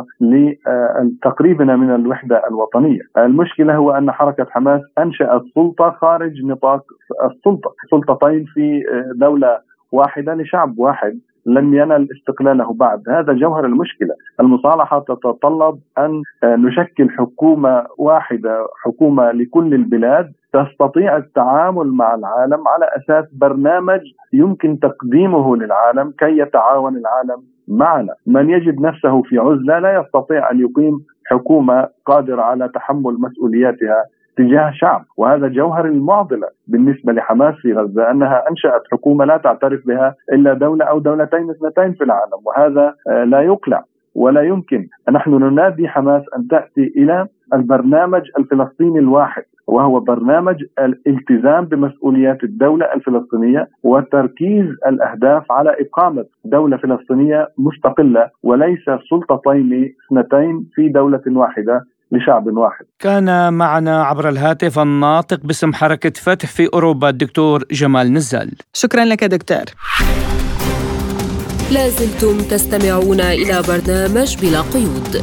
لتقريبنا من الوحدة الوطنية. المشكلة هو أن حركة حماس أنشأت سلطة خارج نطاق السلطة، سلطتين في دولة واحدة لشعب واحد لم ينل استقلاله بعد. هذا جوهر المشكلة. المصالحة تتطلب أن نشكل حكومة واحدة، حكومة لكل البلاد تستطيع التعامل مع العالم على أساس برنامج يمكن تقديمه للعالم كي يتعاون العالم معنا. من يجد نفسه في عزلة لا يستطيع أن يقيم حكومة قادرة على تحمل مسؤولياتها تجاه شعب، وهذا جوهر المعضلة بالنسبة لحماس في غزة، أنها أنشأت حكومة لا تعترف بها إلا دولة أو دولتين اثنتين في العالم، وهذا لا يقلع. ولا يمكن. نحن ننادي حماس أن تأتي إلى البرنامج الفلسطيني الواحد، وهو برنامج الالتزام بمسؤوليات الدولة الفلسطينية وتركيز الأهداف على إقامة دولة فلسطينية مستقلة وليس سلطتين اثنتين في دولة واحدة لشعب واحد. كان معنا عبر الهاتف الناطق باسم حركة فتح في أوروبا الدكتور جمال نزال. شكرا لك دكتور. لازلتم تستمعون إلى برنامج بلا قيود.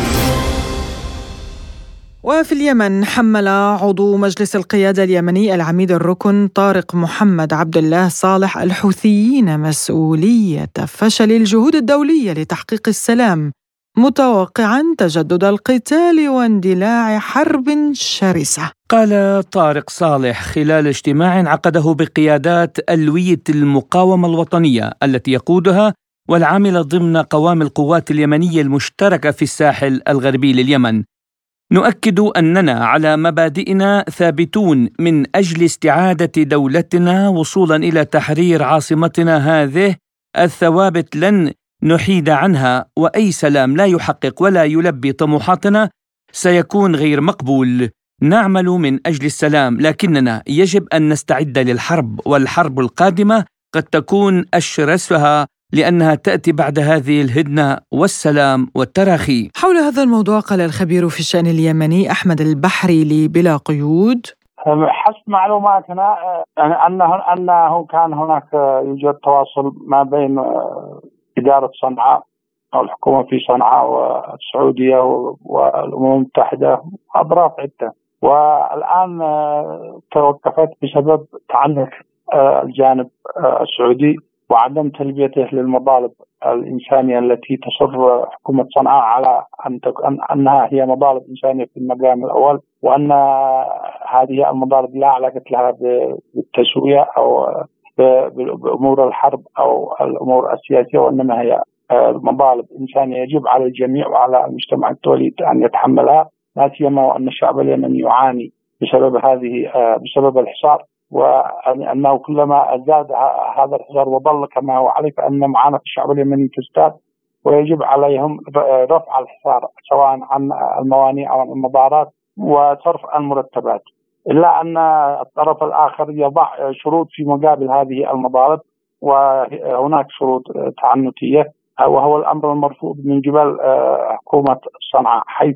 وفي اليمن حمل عضو مجلس القيادة اليمني العميد الركن طارق محمد عبد الله صالح الحوثيين مسؤولية فشل الجهود الدولية لتحقيق السلام، متوقعا تجدد القتال واندلاع حرب شرسة. قال طارق صالح خلال اجتماع عقده بقيادات ألوية المقاومة الوطنية التي يقودها والعاملة ضمن قوام القوات اليمنية المشتركة في الساحل الغربي لليمن: نؤكد أننا على مبادئنا ثابتون من أجل استعادة دولتنا وصولا إلى تحرير عاصمتنا هذه الثوابت لن نحيد عنها، وأي سلام لا يحقق ولا يلبي طموحاتنا سيكون غير مقبول. نعمل من أجل السلام، لكننا يجب أن نستعد للحرب، والحرب القادمة قد تكون أشرسها لأنها تأتي بعد هذه الهدنة والسلام والتراخي. حول هذا الموضوع قال الخبير في الشأن اليمني أحمد البحري لبلا قيود: حسب معلوماتنا أنه أنه كان هناك يوجد تواصل ما بين إدارة صنعاء أو الحكومة في صنعاء والسعودية والأمم المتحدة أطراف عدة، والآن توقفت بسبب تعنت الجانب السعودي وعدم تلبيته للمطالب الإنسانية التي تصر حكومة صنعاء على أن أنها هي مطالب إنسانية في المقام الأول، وأن هذه المطالب لا علاقة لها بالتسوية أو بأمور الحرب أو الأمور السياسية، وإنما هي مطالب إنسانية يجب على الجميع وعلى المجتمع الدولي أن يتحملها، لا سيما وأن الشعب اليمني يعاني بسبب هذه بسبب الحصار، وأنه كلما زاد هذا الحصار وظل كما هو عليه فإن معاناة الشعب اليمني تزداد، ويجب عليهم رفع الحصار سواء عن الموانئ أو عن المضارات وصرف المرتبات، إلا أن الطرف الآخر يضع شروط في مقابل هذه المطالب، وهناك شروط تعنتية وهو الأمر المرفوض من قبل حكومة صنعاء، حيث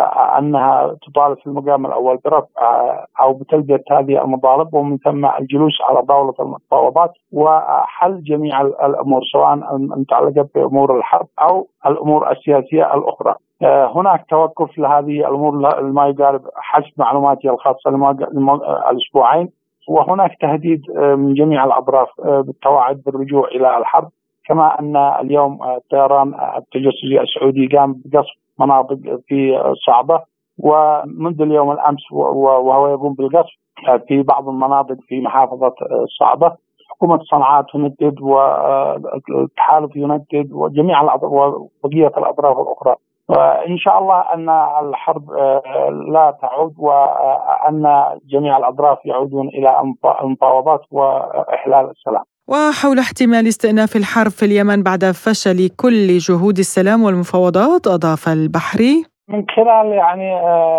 أنها تطالب في المقام الأول برفع أو بتلبية هذه المطالب ومن ثم الجلوس على طاولة المفاوضات وحل جميع الأمور سواء متعلقة بأمور الحرب أو الأمور السياسية الأخرى. هناك توقف لهذه الأمور ما يقارب حسب معلوماتي الخاصة الأسبوعين، وهناك تهديد من جميع الأطراف بالتوعد بالرجوع إلى الحرب، كما أن اليوم الطيران التجسسي السعودي قام بقصف مناطق في صعبة، ومنذ اليوم الأمس وهو يقوم بالقصف في بعض المناطق في محافظة صعبة. حكومة صنعاء تندد والتحالف يندد وجميع وبقية الأطراف الأخرى، وإن شاء الله أن الحرب لا تعود وأن جميع الأطراف يعودون إلى المفاوضات وإحلال السلام. وحول احتمال استئناف الحرب في اليمن بعد فشل كل جهود السلام والمفاوضات، أضاف البحري: من خلال يعني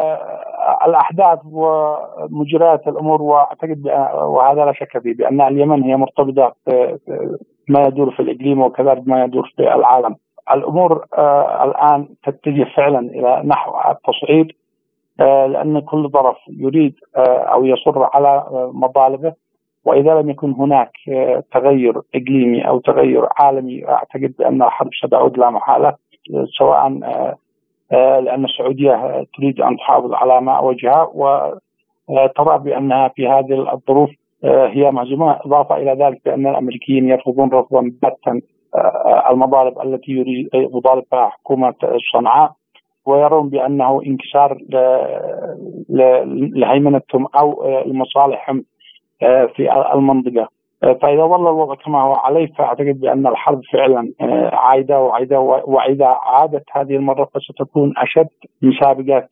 الأحداث ومجريات الأمور، وأعتقد وهذا لا شك فيه بأن اليمن هي مرتبطة بما يدور في الإقليم وكذلك ما يدور في العالم. الأمور الآن تتجه فعلا إلى نحو التصعيد، لأن كل طرف يريد أو يصر على مطالبه، وإذا لم يكن هناك تغير إقليمي أو تغير عالمي أعتقد بأن الحرب ستعود لا محالة، سواء لأن السعودية تريد أن تحافظ على ماء وجهها وترى بأنها في هذه الظروف هي مهزومة، إضافة إلى ذلك بأن الأمريكيين يرفضون رفضا باتا المطالب التي يريد يطالب بها حكومة صنعاء، ويرون بأنه انكسار لهيمنتهم أو لمصالحهم في المنطقة. فإذا ظل الوضع كما هو عليه فأعتقد بأن الحرب فعلا عايدة وعايدة وإذا عادت هذه المرة فستكون أشد من سابقات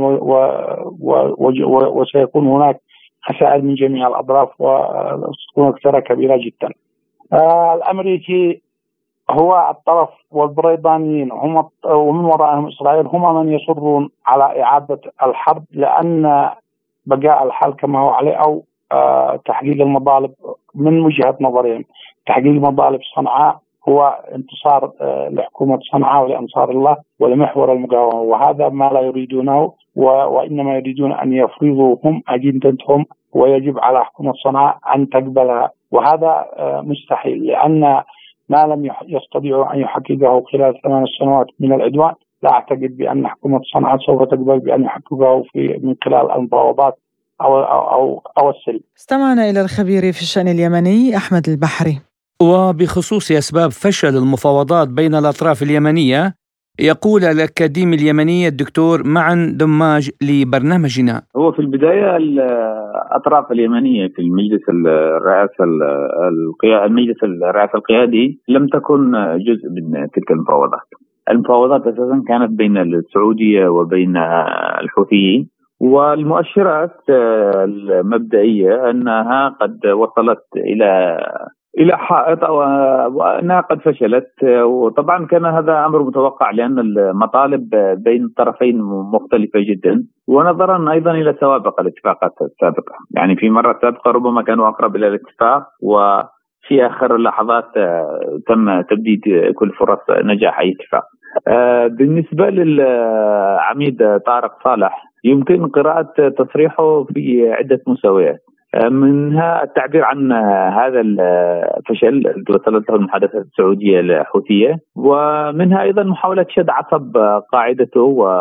وسيكون هناك خسائر من جميع الأطراف وستكون خسارة كبيرة جدا. الأمريكي هو الطرف والبريطانيين هم ومن وراءهم إسرائيل هم من يصرون على إعادة الحرب، لأن بقاء الحال كما هو عليه أو آه تحقيق المطالب من وجهة نظرهم. تحقيق مطالب صنعاء هو انتصار آه لحكومة صنعاء ولأنصار الله ولمحور المقاومة، وهذا ما لا يريدونه، وإنما يريدون أن يفرضوا هم أجندتهم، ويجب على حكومة صنعاء أن تقبلها، وهذا آه مستحيل، لأن ما لم يستطيعوا أن يحققه خلال ثمان سنوات من العدوان لا أعتقد بأن حكومة صنعاء سوف تقبل بأن يحققه في من خلال المفاوضات أو أو أو, أو السلم. استمعنا إلى الخبير في الشأن اليمني أحمد البحري. وبخصوص أسباب فشل المفاوضات بين الأطراف اليمنية، يقول الأكاديمي اليمني الدكتور معن دماج لبرنامجنا: هو في البداية الأطراف اليمنية في المجلس الرئاسة المجلس الرئاسة القيادي لم تكن جزء من تلك المفاوضات. المفاوضات أساسا كانت بين السعودية وبين الحوثيين، والمؤشرات المبدئية أنها قد وصلت إلى إلى حائط أو أنها قد فشلت. وطبعا كان هذا أمر متوقع لأن المطالب بين الطرفين مختلفة جدا، ونظرا أيضا إلى سوابق الاتفاقات السابقة. يعني في مرة سابقة ربما كانوا أقرب إلى الاتفاق، وفي آخر اللحظات تم تبديد كل فرص نجاح أي اتفاق. بالنسبة للعميد طارق صالح يمكن قراءة تصريحه في عدة مساويات، منها التعبير عن هذا الفشل الذي وصلت له المحادثات السعودية الحوثية، ومنها أيضا محاولة شد عصب قاعدته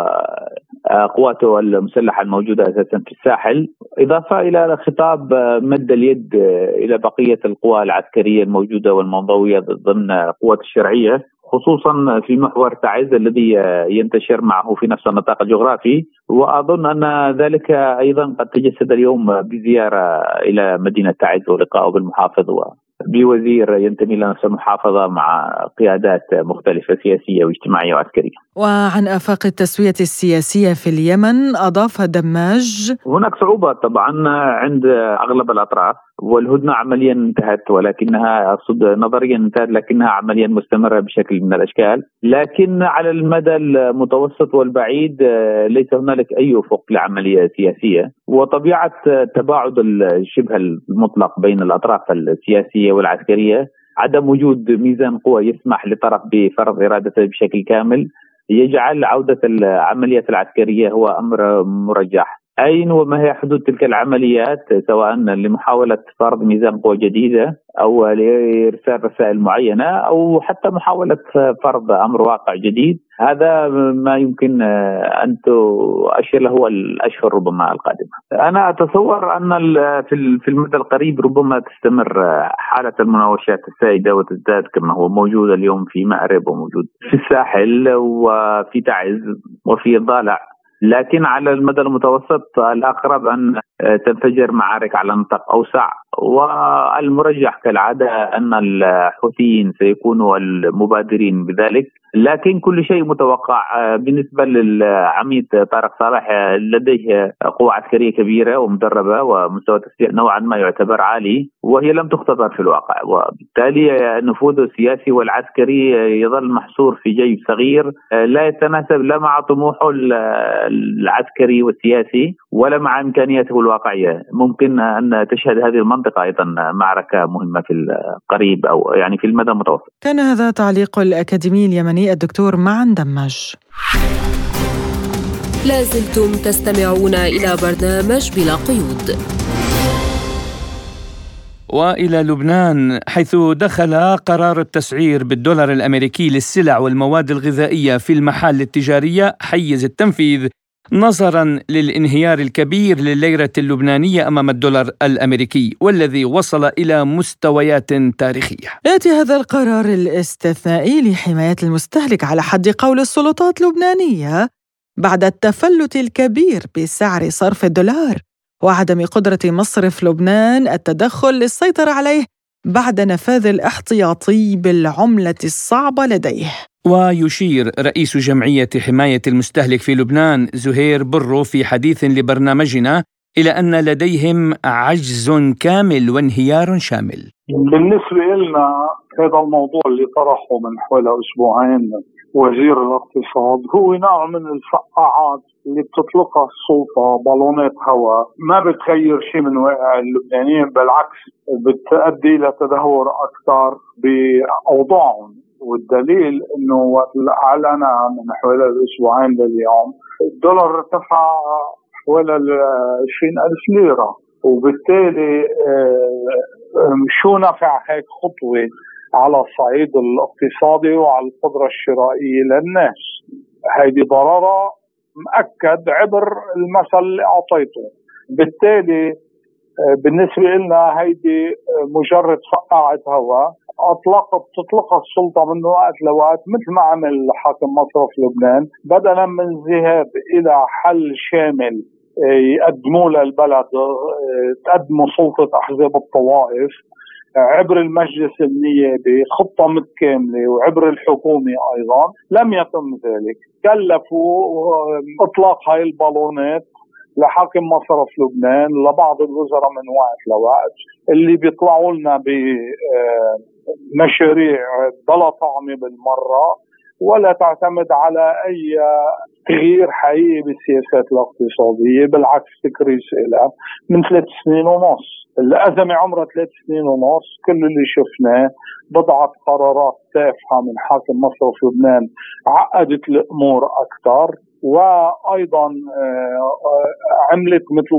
وقواته المسلحة الموجودة أساسا في الساحل، إضافة إلى خطاب مد اليد إلى بقية القوى العسكرية الموجودة والمنضوية ضمن قوات الشرعية، خصوصا في محور تعز الذي ينتشر معه في نفس النطاق الجغرافي. وأظن أن ذلك أيضا قد تجسد اليوم بزيارة إلى مدينة تعز ولقائه بالمحافظ وبوزير ينتمي إلى نفس المحافظة مع قيادات مختلفة سياسية واجتماعية وعسكرية. وعن آفاق التسوية السياسية في اليمن أضاف دماج: هناك صعوبة طبعا عند أغلب الأطراف، والهدنة عمليا انتهت، ولكنها أقصد نظريا انتهت، لكنها عمليا مستمرة بشكل من الأشكال. لكن على المدى المتوسط والبعيد ليس هنالك أي أفق لعملية سياسية، وطبيعة تباعد الشبه المطلق بين الأطراف السياسية والعسكرية، عدم وجود ميزان قوى يسمح لطرف بفرض إرادته بشكل كامل، يجعل عودة العمليات العسكرية هو أمر مرجح. أين وما هي حدود تلك العمليات، سواء لمحاولة فرض ميزان قوى جديدة أو لإرسال رسائل معينة أو حتى محاولة فرض أمر واقع جديد، هذا ما يمكن أن تؤشر له الأشهر ربما القادمة. أنا أتصور أن في المدى القريب ربما تستمر حالة المناوشات السائدة وتزداد كما هو موجود اليوم في مأرب وموجود في الساحل وفي تعز وفي الضالع، لكن على المدى المتوسط الأقرب أن تنفجر معارك على نطاق أوسع، والمرجح كالعادة أن الحوثيين سيكونوا المبادرين بذلك. لكن كل شيء متوقع. بالنسبة للعميد طارق صالح لديه قوة عسكرية كبيرة ومدربة ومستوى تسليح نوعا ما يعتبر عالي، وهي لم تختبر في الواقع، وبالتالي نفوذه السياسي والعسكري يظل محصور في جيب صغير لا يتناسب لا مع طموحه العسكري والسياسي ولا مع إمكانياته الواقعية. ممكن أن تشهد هذه المنطقة أيضا معركة مهمة في القريب أو يعني في المدى المتوسط. كان هذا تعليق الأكاديمي اليمني الدكتور معن دماج. لازلتم تستمعون إلى برنامج بلا قيود. وإلى لبنان، حيث دخل قرار التسعير بالدولار الأمريكي للسلع والمواد الغذائية في المحال التجارية حيز التنفيذ نظرا للانهيار الكبير للليرة اللبنانية أمام الدولار الأمريكي، والذي وصل إلى مستويات تاريخية. يأتي هذا القرار الاستثنائي لحماية المستهلك على حد قول السلطات اللبنانية بعد التفلت الكبير بسعر صرف الدولار وعدم قدرة مصرف لبنان التدخل للسيطرة عليه بعد نفاذ الاحتياطي بالعملة الصعبة لديه. ويشير رئيس جمعية حماية المستهلك في لبنان زهير برو في حديث لبرنامجنا إلى أن لديهم عجز كامل وانهيار شامل؟ بالنسبة لنا هذا الموضوع اللي طرحه من حوالي أسبوعين وزير الاقتصاد هو نوع من الفقاعات اللي بتطلقها السلطة، بالونات هواء ما بتغير شيء من واقع اللبنانيين، بالعكس بتؤدي لتدهور أكثر بأوضاعهم. والدليل انه وقت اعلن من حوالي الاسبوعين لليوم الدولار ارتفع حوالي عشرين ألف ليرة، وبالتالي شو نفع هيك خطوة على الصعيد الاقتصادي وعلى القدرة الشرائية للناس؟ هيدي ضررها مؤكد عبر المثل اللي أعطيته. بالتالي بالنسبة لنا هيدي مجرد فقاعة هواء أطلق بتطلقها السلطة من وقت لوقت، مثل ما عمل حاكم مصرف لبنان، بدلا من الذهاب إلى حل شامل يقدموا للبلد، تقدموا سلطة أحزاب الطوائف عبر المجلس النيابي خطة متكاملة وعبر الحكومة أيضا، لم يتم ذلك. كلفوا إطلاق هاي البالونات لحاكم مصرف لبنان لبعض الوزراء من وقت لوقت اللي بيطلعوا لنا بمشاريع بلا طعمة بالمرة ولا تعتمد على أي تغيير حقيقي بالسياسات الاقتصادية، بالعكس تكريس لها من ثلاث سنين ونص. الأزمة عمرها ثلاث سنين ونص، كل اللي شفناه بضعة قرارات تافهة من حاكم مصرف لبنان عقدت الأمور أكثر، وأيضا عملت مثل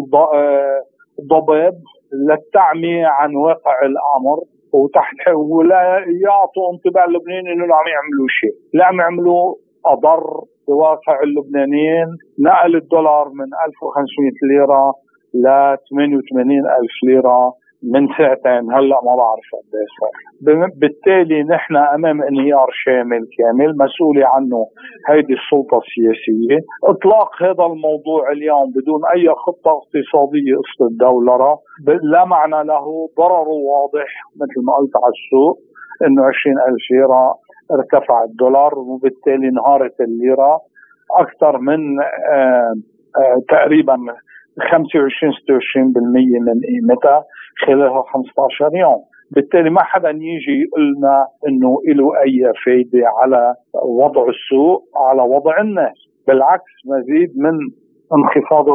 ضباب للتعمية عن واقع الأمر وتحت ولا يعطوا انطباع اللبنانيين انه لا عم يعملوا شيء، لا عم يعملوا اضر بواقع اللبنانيين. نقل الدولار من ألف وخمسمئة ليرة ل ثمانية وثمانين ألف ليرة من ساعتين، هلا ما بعرف قديش صار. بالتالي نحن امام انهيار شامل كامل مسؤولة عنه هيدي السلطة السياسية. اطلاق هذا الموضوع اليوم بدون اي خطة اقتصادية قصة الدولار لا معنى له، ضرره واضح مثل ما قلت على السوق انه عشرين ألف ليرة ارتفع الدولار وبالتالي انهارت الليرة اكثر من آآ آآ تقريبا خمسة وعشرين ستة وعشرين بالمئة من قيمتها خلال خمسة عشر يوم. بالتالي ما حدا يجي يقول لنا انه له اي فايدة على وضع السوق على وضع الناس، بالعكس مزيد من انخفاض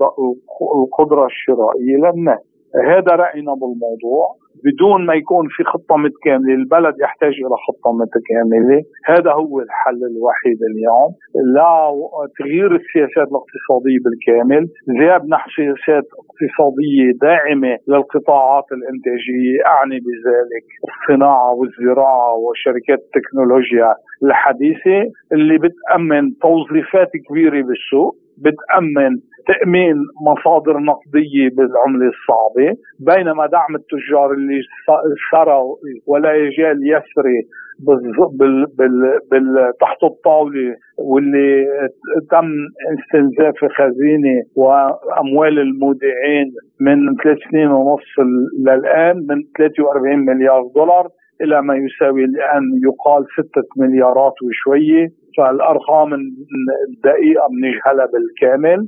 القدرة الشرائية للناس. هذا رأينا بالموضوع. بدون ما يكون في خطة متكاملة، البلد يحتاج إلى خطة متكاملة، هذا هو الحل الوحيد اليوم. لا تغيير السياسات الاقتصادية بالكامل، ذهاب نحو سياسات اقتصادية داعمة للقطاعات الإنتاجية، أعني بذلك الصناعة والزراعة وشركات التكنولوجيا الحديثة اللي بتأمن توظيفات كبيرة بالسوق، بتأمن تأمين مصادر نقدية بالعملة الصعبة، بينما دعم التجار اللي سروا ولا يزال يسري بال بال بال تحت الطاولة واللي تم استنزاف خزينة وأموال المودعين من ثلاث سنين ونص للآن من ثلاثة وأربعين مليار دولار إلى ما يساوي الآن يقال ستة مليارات وشوية. فالأرقام الدقيقة بنجهلها بالكامل.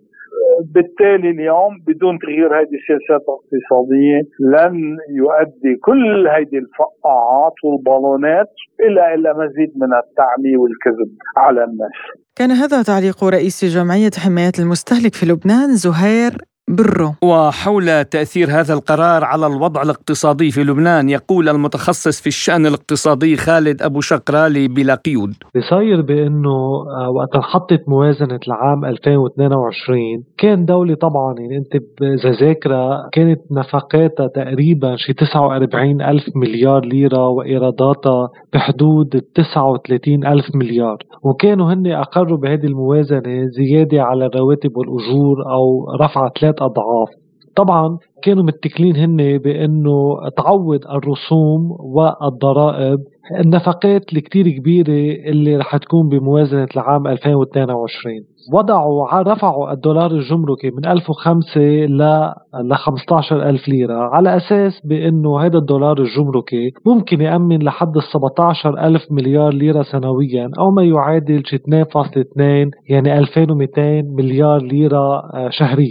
بالتالي اليوم بدون تغيير هذه السياسات الاقتصادية لن يؤدي كل هذه الفقاعات والبالونات إلى إلى مزيد من التعمية والكذب على الناس. كان هذا تعليق رئيس جمعية حماية المستهلك في لبنان زهير برو. وحول تأثير هذا القرار على الوضع الاقتصادي في لبنان يقول المتخصص في الشأن الاقتصادي خالد أبو شقرة لبلا قيود. بصير بأنه وقت انحطت موازنة العام ألفين واثنين وعشرين كان دولة طبعا يعني انت إذا ذاكرة كانت نفقاتها تقريبا شي تسعة وأربعين ألف مليار ليرة وإيراداتها بحدود تسعة وثلاثين ألف مليار، وكانوا هن أقروا بهذه الموازنة زيادة على الرواتب والأجور أو رفع ثلاث أضعاف. طبعا كانوا متكلين هن بأنه تعوض الرسوم والضرائب النفقات الكتير كبيرة اللي رح تكون بموازنة العام ألفين واثنين وعشرين. وضعوا رفعوا الدولار الجمركي من ألف وخمسة ل خمسة عشر ألف ليرة على أساس بأنه هذا الدولار الجمركي ممكن يأمن لحد سبعة عشر ألف مليار ليرة سنويا أو ما يعادل اثنين فاصلة اثنين يعني ألفين ومئتين مليار ليرة شهريا.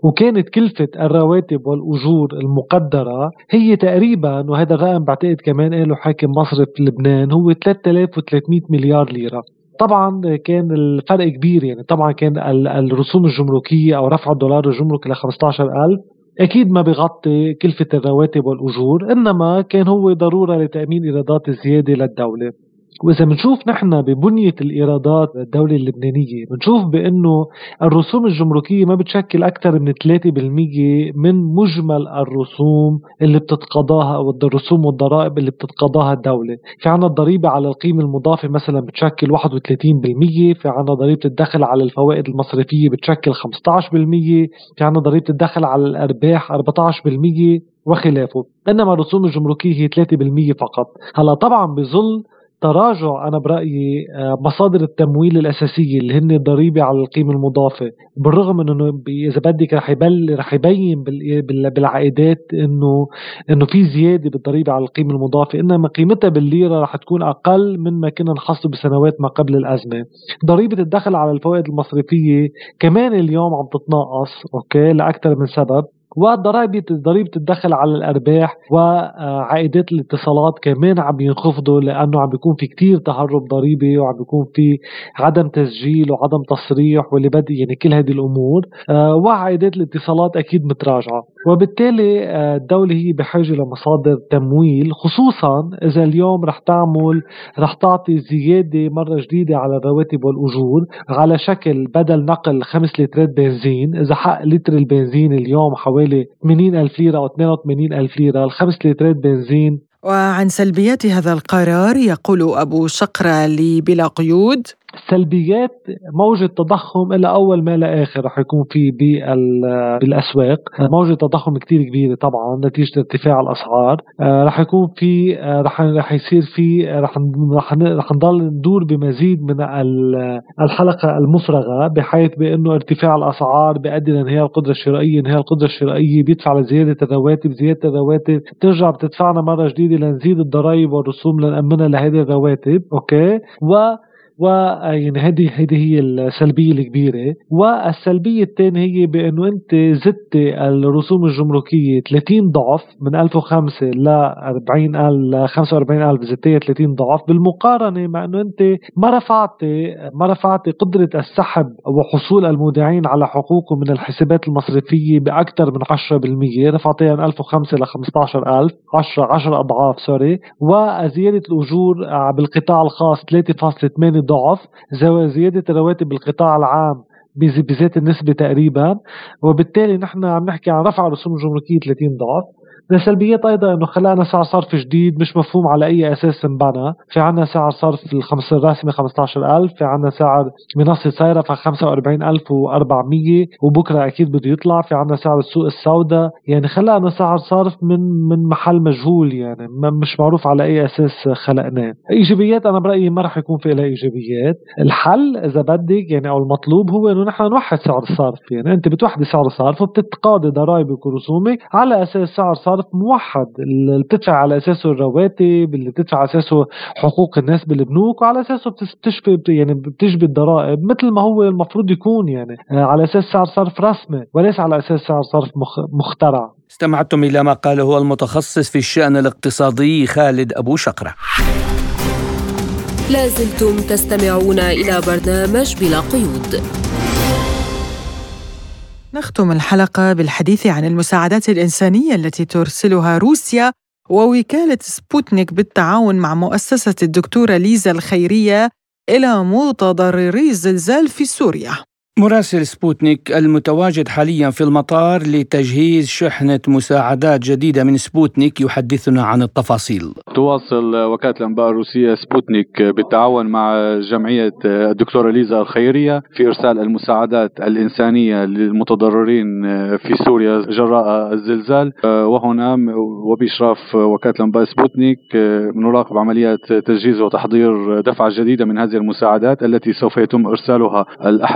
وكانت كلفة الرواتب والأجور المقدرة هي تقريبا، وهذا الرقم بعتقد كمان قاله حاكم مصرف لبنان، هو ثلاثة آلاف وثلاثمئة مليار ليرة. طبعا كان الفرق كبير، يعني طبعا كان الرسوم الجمركية أو رفع الدولار الجمركي ل خمسة عشر ألف أكيد ما بيغطي كلفة الرواتب والأجور، إنما كان هو ضرورة لتأمين إيرادات الزيادة للدولة. وإذا بنشوف نحن ببنية الإيرادات الدولة اللبنانية بنشوف بأنه الرسوم الجمركية ما بتشكل أكثر من ثلاثة بالمئة من مجمل الرسوم اللي بتتقاضاها أو الرسوم والضرائب اللي بتتقاضاها الدولة. في عنا الضريبة على القيمة المضافة مثلا بتشكل واحد وثلاثين بالمئة، في عنا ضريبة الدخل على الفوائد المصرفية بتشكل خمسة عشر بالمئة، في عنا ضريبة الدخل على الأرباح أربعة عشر بالمئة وخلافه، إنما الرسوم الجمركية هي ثلاثة بالمئة فقط. هلا طبعا بظل تراجع أنا برأيي مصادر التمويل الأساسية اللي هن الضريبة على القيمة المضافة، بالرغم من إنه إذا بدك رح يبل رح يبين بالعائدات إنه إنه في زيادة بالضريبة على القيمة المضافة، إنما قيمتها بالليرة رح تكون أقل من ما كنا نحصل بسنوات ما قبل الأزمة. ضريبة الدخل على الفوائد المصرفية كمان اليوم عم تتناقص أوكي لأكثر من سبب، وضريبة ضريبة الدخل على الأرباح وعائدات الاتصالات كمان عم ينخفضوا، لأنه عم بيكون في كتير تهرب ضريبي وعم بيكون في عدم تسجيل وعدم تصريح واللي بدي يعني كل هذه الأمور، وعائدات الاتصالات أكيد متراجعة، وبالتالي الدولة هي بحاجة لمصادر تمويل، خصوصا إذا اليوم رح تعمل رح تعطي زيادة مرة جديدة على الرواتب والأجور على شكل بدل نقل خمس لترات بنزين. إذا حق لتر البنزين اليوم حوالي ثمانين ألف ليرة أو اثنين وثمانين ألف ليرة، الخمس لترات بنزين. وعن سلبيات هذا القرار يقول أبو شقرة لي بلا قيود: سلبيات موجة تضخم إلى أول ما لا آخر رح يكون في بالأسواق، موجة تضخم كتير كبيرة طبعا نتيجة ارتفاع الأسعار، رح يكون في رح رح يصير في رح رح رح نضل ندور بمزيد من الحلقة المفرغة، بحيث بأنه ارتفاع الأسعار بيؤدي لانهيار القدرة الشرائية، انهيار القدرة الشرائية بيدفع لزيادة الرواتب، زيادة الرواتب ترجع بتدفعنا مرة جديدة لنزيد الضرائب والرسوم لنأمنها لهذه الرواتب. أوكي، و ويعني هذه هذه هي السلبية الكبيرة. والسلبية الثانية هي بأنه أنت زدت الرسوم الجمركية ثلاثين ضعف من ألف وخمسة ل أربعين ألف خمسة وأربعين ألف، زدتها ثلاثين ضعف، بالمقارنة مع أنه أنت ما رفعت ما رفعت قدرة السحب وحصول المودعين على حقوقهم من الحسابات المصرفية بأكثر من عشرة بالمئة، رفعتها من ألف وخمسة ل خمسة عشر ألف، عشرة عشرة أضعاف سوري. وزيادة الأجور بالقطاع الخاص ثلاثة فاصلة ثمانية ضعف، زيادة الرواتب بالقطاع العام بذات النسبة تقريبا، وبالتالي نحن عم نحكي عن رفع الرسوم الجمركية ثلاثين ضعف. السلبيات أيضا أنه خلقنا سعر صرف جديد مش مفهوم على أي أساس انبنى. في عنا سعر صرف الخمس الرسمي خمسة عشر ألف، في عنا سعر منصة صيرفة خمسة وأربعين ألف وأربعمية وبكرة أكيد بده يطلع، في عنا سعر السوق السوداء، يعني خلقنا سعر صرف من من محل مجهول، يعني مش معروف على أي أساس خلقناه. إيجابيات أنا برأيي ما رح يكون في لها إيجابيات. الحل إذا بدك يعني أو المطلوب هو إنه نحن نوحد سعر الصرف، يعني أنت بتوحدي سعر الصرف وبتتقاضي ضرائبك ورسومك على أساس سعر صرف موحد اللي بتدفع على أساسه الرواتب، اللي بتدفع على أساسه حقوق الناس بالبنوك، وعلى أساسه بتشبه يعني بتجبي الضرائب مثل ما هو المفروض يكون، يعني على أساس سعر صرف رسمي وليس على أساس سعر صرف مخترع. استمعتم إلى ما قاله المتخصص في الشأن الاقتصادي خالد أبو شقرة. لازلتم تستمعون إلى برنامج بلا قيود. نختم الحلقة بالحديث عن المساعدات الإنسانية التي ترسلها روسيا ووكالة سبوتنيك بالتعاون مع مؤسسة الدكتورة ليزا الخيرية إلى متضرري الزلزال في سوريا. مراسل سبوتنيك المتواجد حاليا في المطار لتجهيز شحنة مساعدات جديدة من سبوتنيك يحدثنا عن التفاصيل. تواصل وكالة الأنباء الروسية سبوتنيك بالتعاون مع جمعية الدكتورة ليزا الخيرية في إرسال المساعدات الإنسانية للمتضررين في سوريا جراء الزلزال، وهنا وبإشراف وكالة الأنباء سبوتنيك نراقب عمليات تجهيز وتحضير دفعة جديدة من هذه المساعدات التي سوف يتم إرسالها الأحد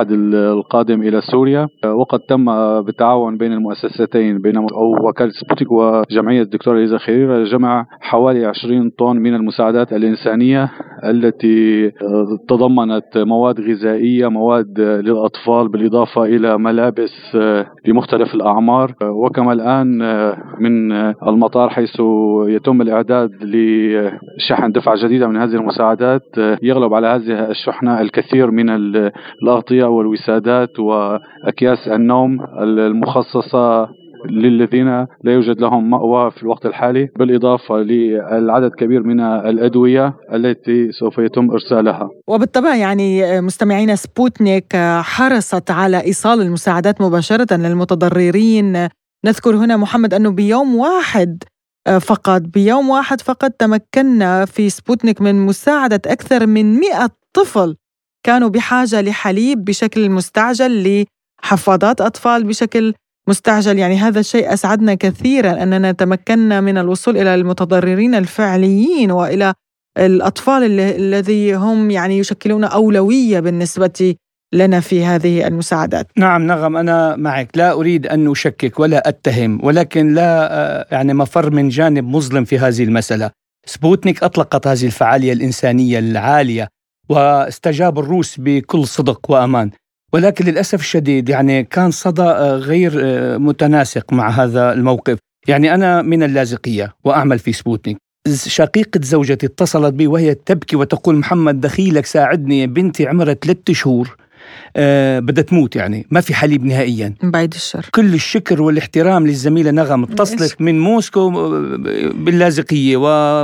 القادم إلى سوريا، وقد تم بالتعاون بين المؤسستين بين أو وكالة سبوتنيك وجمعية الدكتورة ليزا الخيرية جمع حوالي عشرين طن من المساعدات الإنسانية التي تضمنت مواد غذائية، مواد للأطفال، بالإضافة إلى ملابس لمختلف الأعمار. وكما الآن من المطار حيث يتم الإعداد لشحن دفعة جديدة من هذه المساعدات، يغلب على هذه الشحنة الكثير من الأغطية والوسادات وأكياس النوم المخصصة للذين لا يوجد لهم مأوى في الوقت الحالي، بالإضافة للعدد كبير من الأدوية التي سوف يتم إرسالها. وبالطبع يعني مستمعين سبوتنيك حرصت على إيصال المساعدات مباشرة للمتضررين. نذكر هنا محمد أنه بيوم واحد فقط بيوم واحد فقط تمكنا في سبوتنيك من مساعدة أكثر من مئة طفل كانوا بحاجة لحليب بشكل مستعجل، لحفاضات أطفال بشكل مستعجل. يعني هذا الشيء أسعدنا كثيرا أننا تمكنا من الوصول إلى المتضررين الفعليين وإلى الأطفال الذي هم يعني يشكلون أولوية بالنسبة لنا في هذه المساعدات. نعم نغم، أنا معك، لا أريد أن أشكك ولا أتهم، ولكن لا يعني مفر من جانب مظلم في هذه المسألة. سبوتنيك أطلقت هذه الفعالية الإنسانية العالية واستجاب الروس بكل صدق وأمان، ولكن للأسف الشديد يعني كان صدى غير متناسق مع هذا الموقف. يعني أنا من اللاذقية وأعمل في سبوتنيك. شقيقة زوجتي اتصلت بي وهي تبكي وتقول محمد دخيلك ساعدني، بنتي عمرها ثلاثة شهور أه بدها تموت، يعني ما في حليب نهائيا. بعد الشر. كل الشكر والاحترام للزميلة نغم، اتصلت من موسكو باللاذقية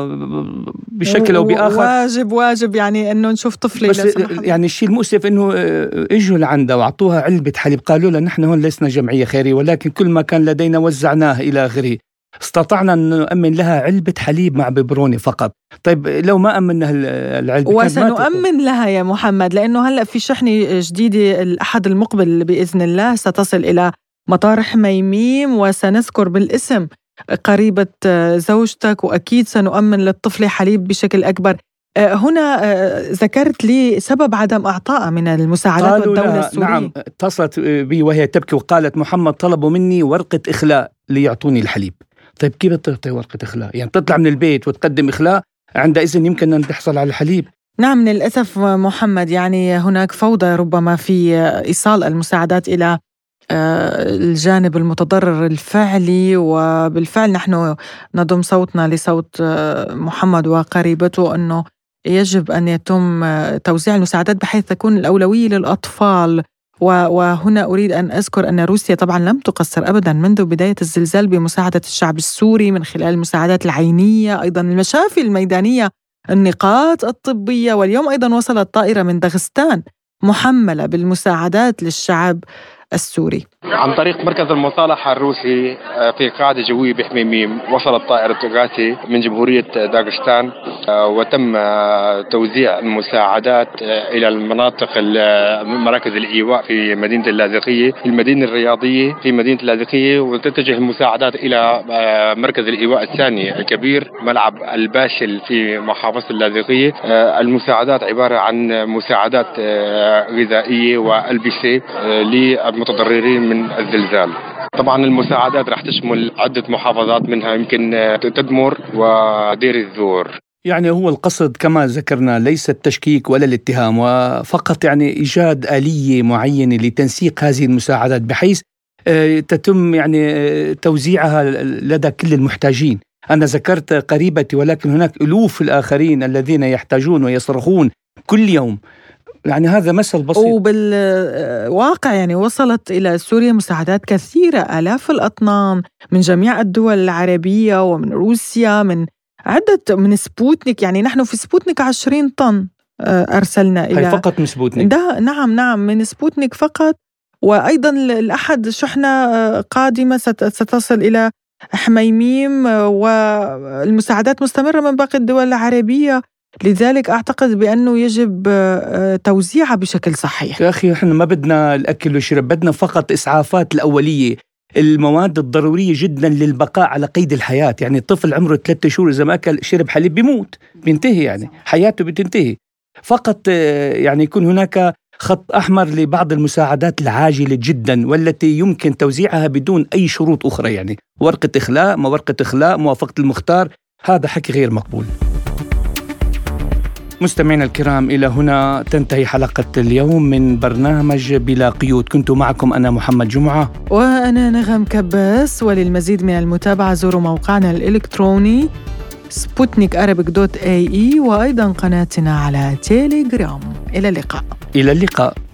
وبشكل أو بآخر. واجب واجب يعني أنه نشوف طفلي. بس يعني الشيء المؤسف أنه إجوا لعندها وعطوها علبة حليب، قالوا لها نحن هون لسنا جمعية خيرية ولكن كل ما كان لدينا وزعناه إلى آخره. استطعنا أن نؤمن لها علبة حليب مع ببروني فقط. طيب لو ما أمنها العلبة وسنؤمن لها يا محمد، لأنه هلأ في شحنة جديدة الأحد المقبل بإذن الله ستصل إلى مطار حميميم، وسنذكر بالاسم قريبة زوجتك، وأكيد سنؤمن للطفل حليب بشكل أكبر. هنا ذكرت لي سبب عدم إعطاء من المساعدات والدولة السورية. نعم، اتصلت بي وهي تبكي وقالت محمد طلبوا مني ورقة إخلاء ليعطوني الحليب. طيب كيف تعطي ورقة إخلاء؟ يعني تطلع من البيت وتقدم إخلاء، عندئذ يمكن أن تحصل على الحليب. نعم للأسف محمد، يعني هناك فوضى ربما في إيصال المساعدات إلى الجانب المتضرر الفعلي، وبالفعل نحن نضم صوتنا لصوت محمد وقريبته أنه يجب أن يتم توزيع المساعدات بحيث تكون الأولوية للأطفال. وهنا أريد أن أذكر أن روسيا طبعا لم تقصر أبدا منذ بداية الزلزال بمساعدة الشعب السوري من خلال المساعدات العينية، أيضا المشافي الميدانية، النقاط الطبية، واليوم أيضا وصلت طائرة من داغستان محملة بالمساعدات للشعب السوري. عن طريق مركز المصالحة الروسي في قاعدة جوية بحميميم وصلت طائرة توغاتي من جمهورية داغستان، وتم توزيع المساعدات إلى المناطق مراكز الإيواء في مدينة اللاذقية، في المدينة الرياضية في مدينة اللاذقية، وتتجه المساعدات إلى مركز الإيواء الثاني الكبير ملعب الباشل في محافظة اللاذقية. المساعدات عبارة عن مساعدات غذائية وألبسة للمتضررين من الزلزال. طبعا المساعدات راح تشمل عدة محافظات، منها يمكن تدمر ودير الزور. يعني هو القصد كما ذكرنا ليس التشكيك ولا الاتهام، وفقط يعني إيجاد آلية معينة لتنسيق هذه المساعدات بحيث تتم يعني توزيعها لدى كل المحتاجين. أنا ذكرت قريبتي، ولكن هناك ألوف الآخرين الذين يحتاجون ويصرخون كل يوم. يعني هذا مثل بسيط. وبالواقع يعني وصلت إلى سوريا مساعدات كثيرة، آلاف الأطنان من جميع الدول العربية ومن روسيا، من عدة، من سبوتنيك. يعني نحن في سبوتنيك عشرين طن أرسلنا إلى فقط من سبوتنيك. ده نعم نعم من سبوتنيك فقط. وأيضا الأحد شحنة قادمة ستصل إلى حميميم، والمساعدات مستمرة من باقي الدول العربية. لذلك أعتقد بأنه يجب توزيعها بشكل صحيح. يا أخي إحنا ما بدنا الأكل والشرب، بدنا فقط إسعافات الأولية، المواد الضرورية جدا للبقاء على قيد الحياة. يعني الطفل عمره ثلاثة شهور إذا ما أكل شرب حليب بيموت، بينتهي، يعني حياته بتنتهي. فقط يعني يكون هناك خط أحمر لبعض المساعدات العاجلة جدا والتي يمكن توزيعها بدون أي شروط أخرى، يعني ورقة إخلاء، ما ورقة إخلاء، موافقة المختار، هذا حكي غير مقبول. مستمعينا الكرام، إلى هنا تنتهي حلقة اليوم من برنامج بلا قيود. كنت معكم أنا محمد جمعة وأنا نغم كباس. وللمزيد من المتابعة زوروا موقعنا الإلكتروني سبوتنيك أرابيك دوت اي اي وأيضا قناتنا على تيليجرام. إلى اللقاء. إلى اللقاء.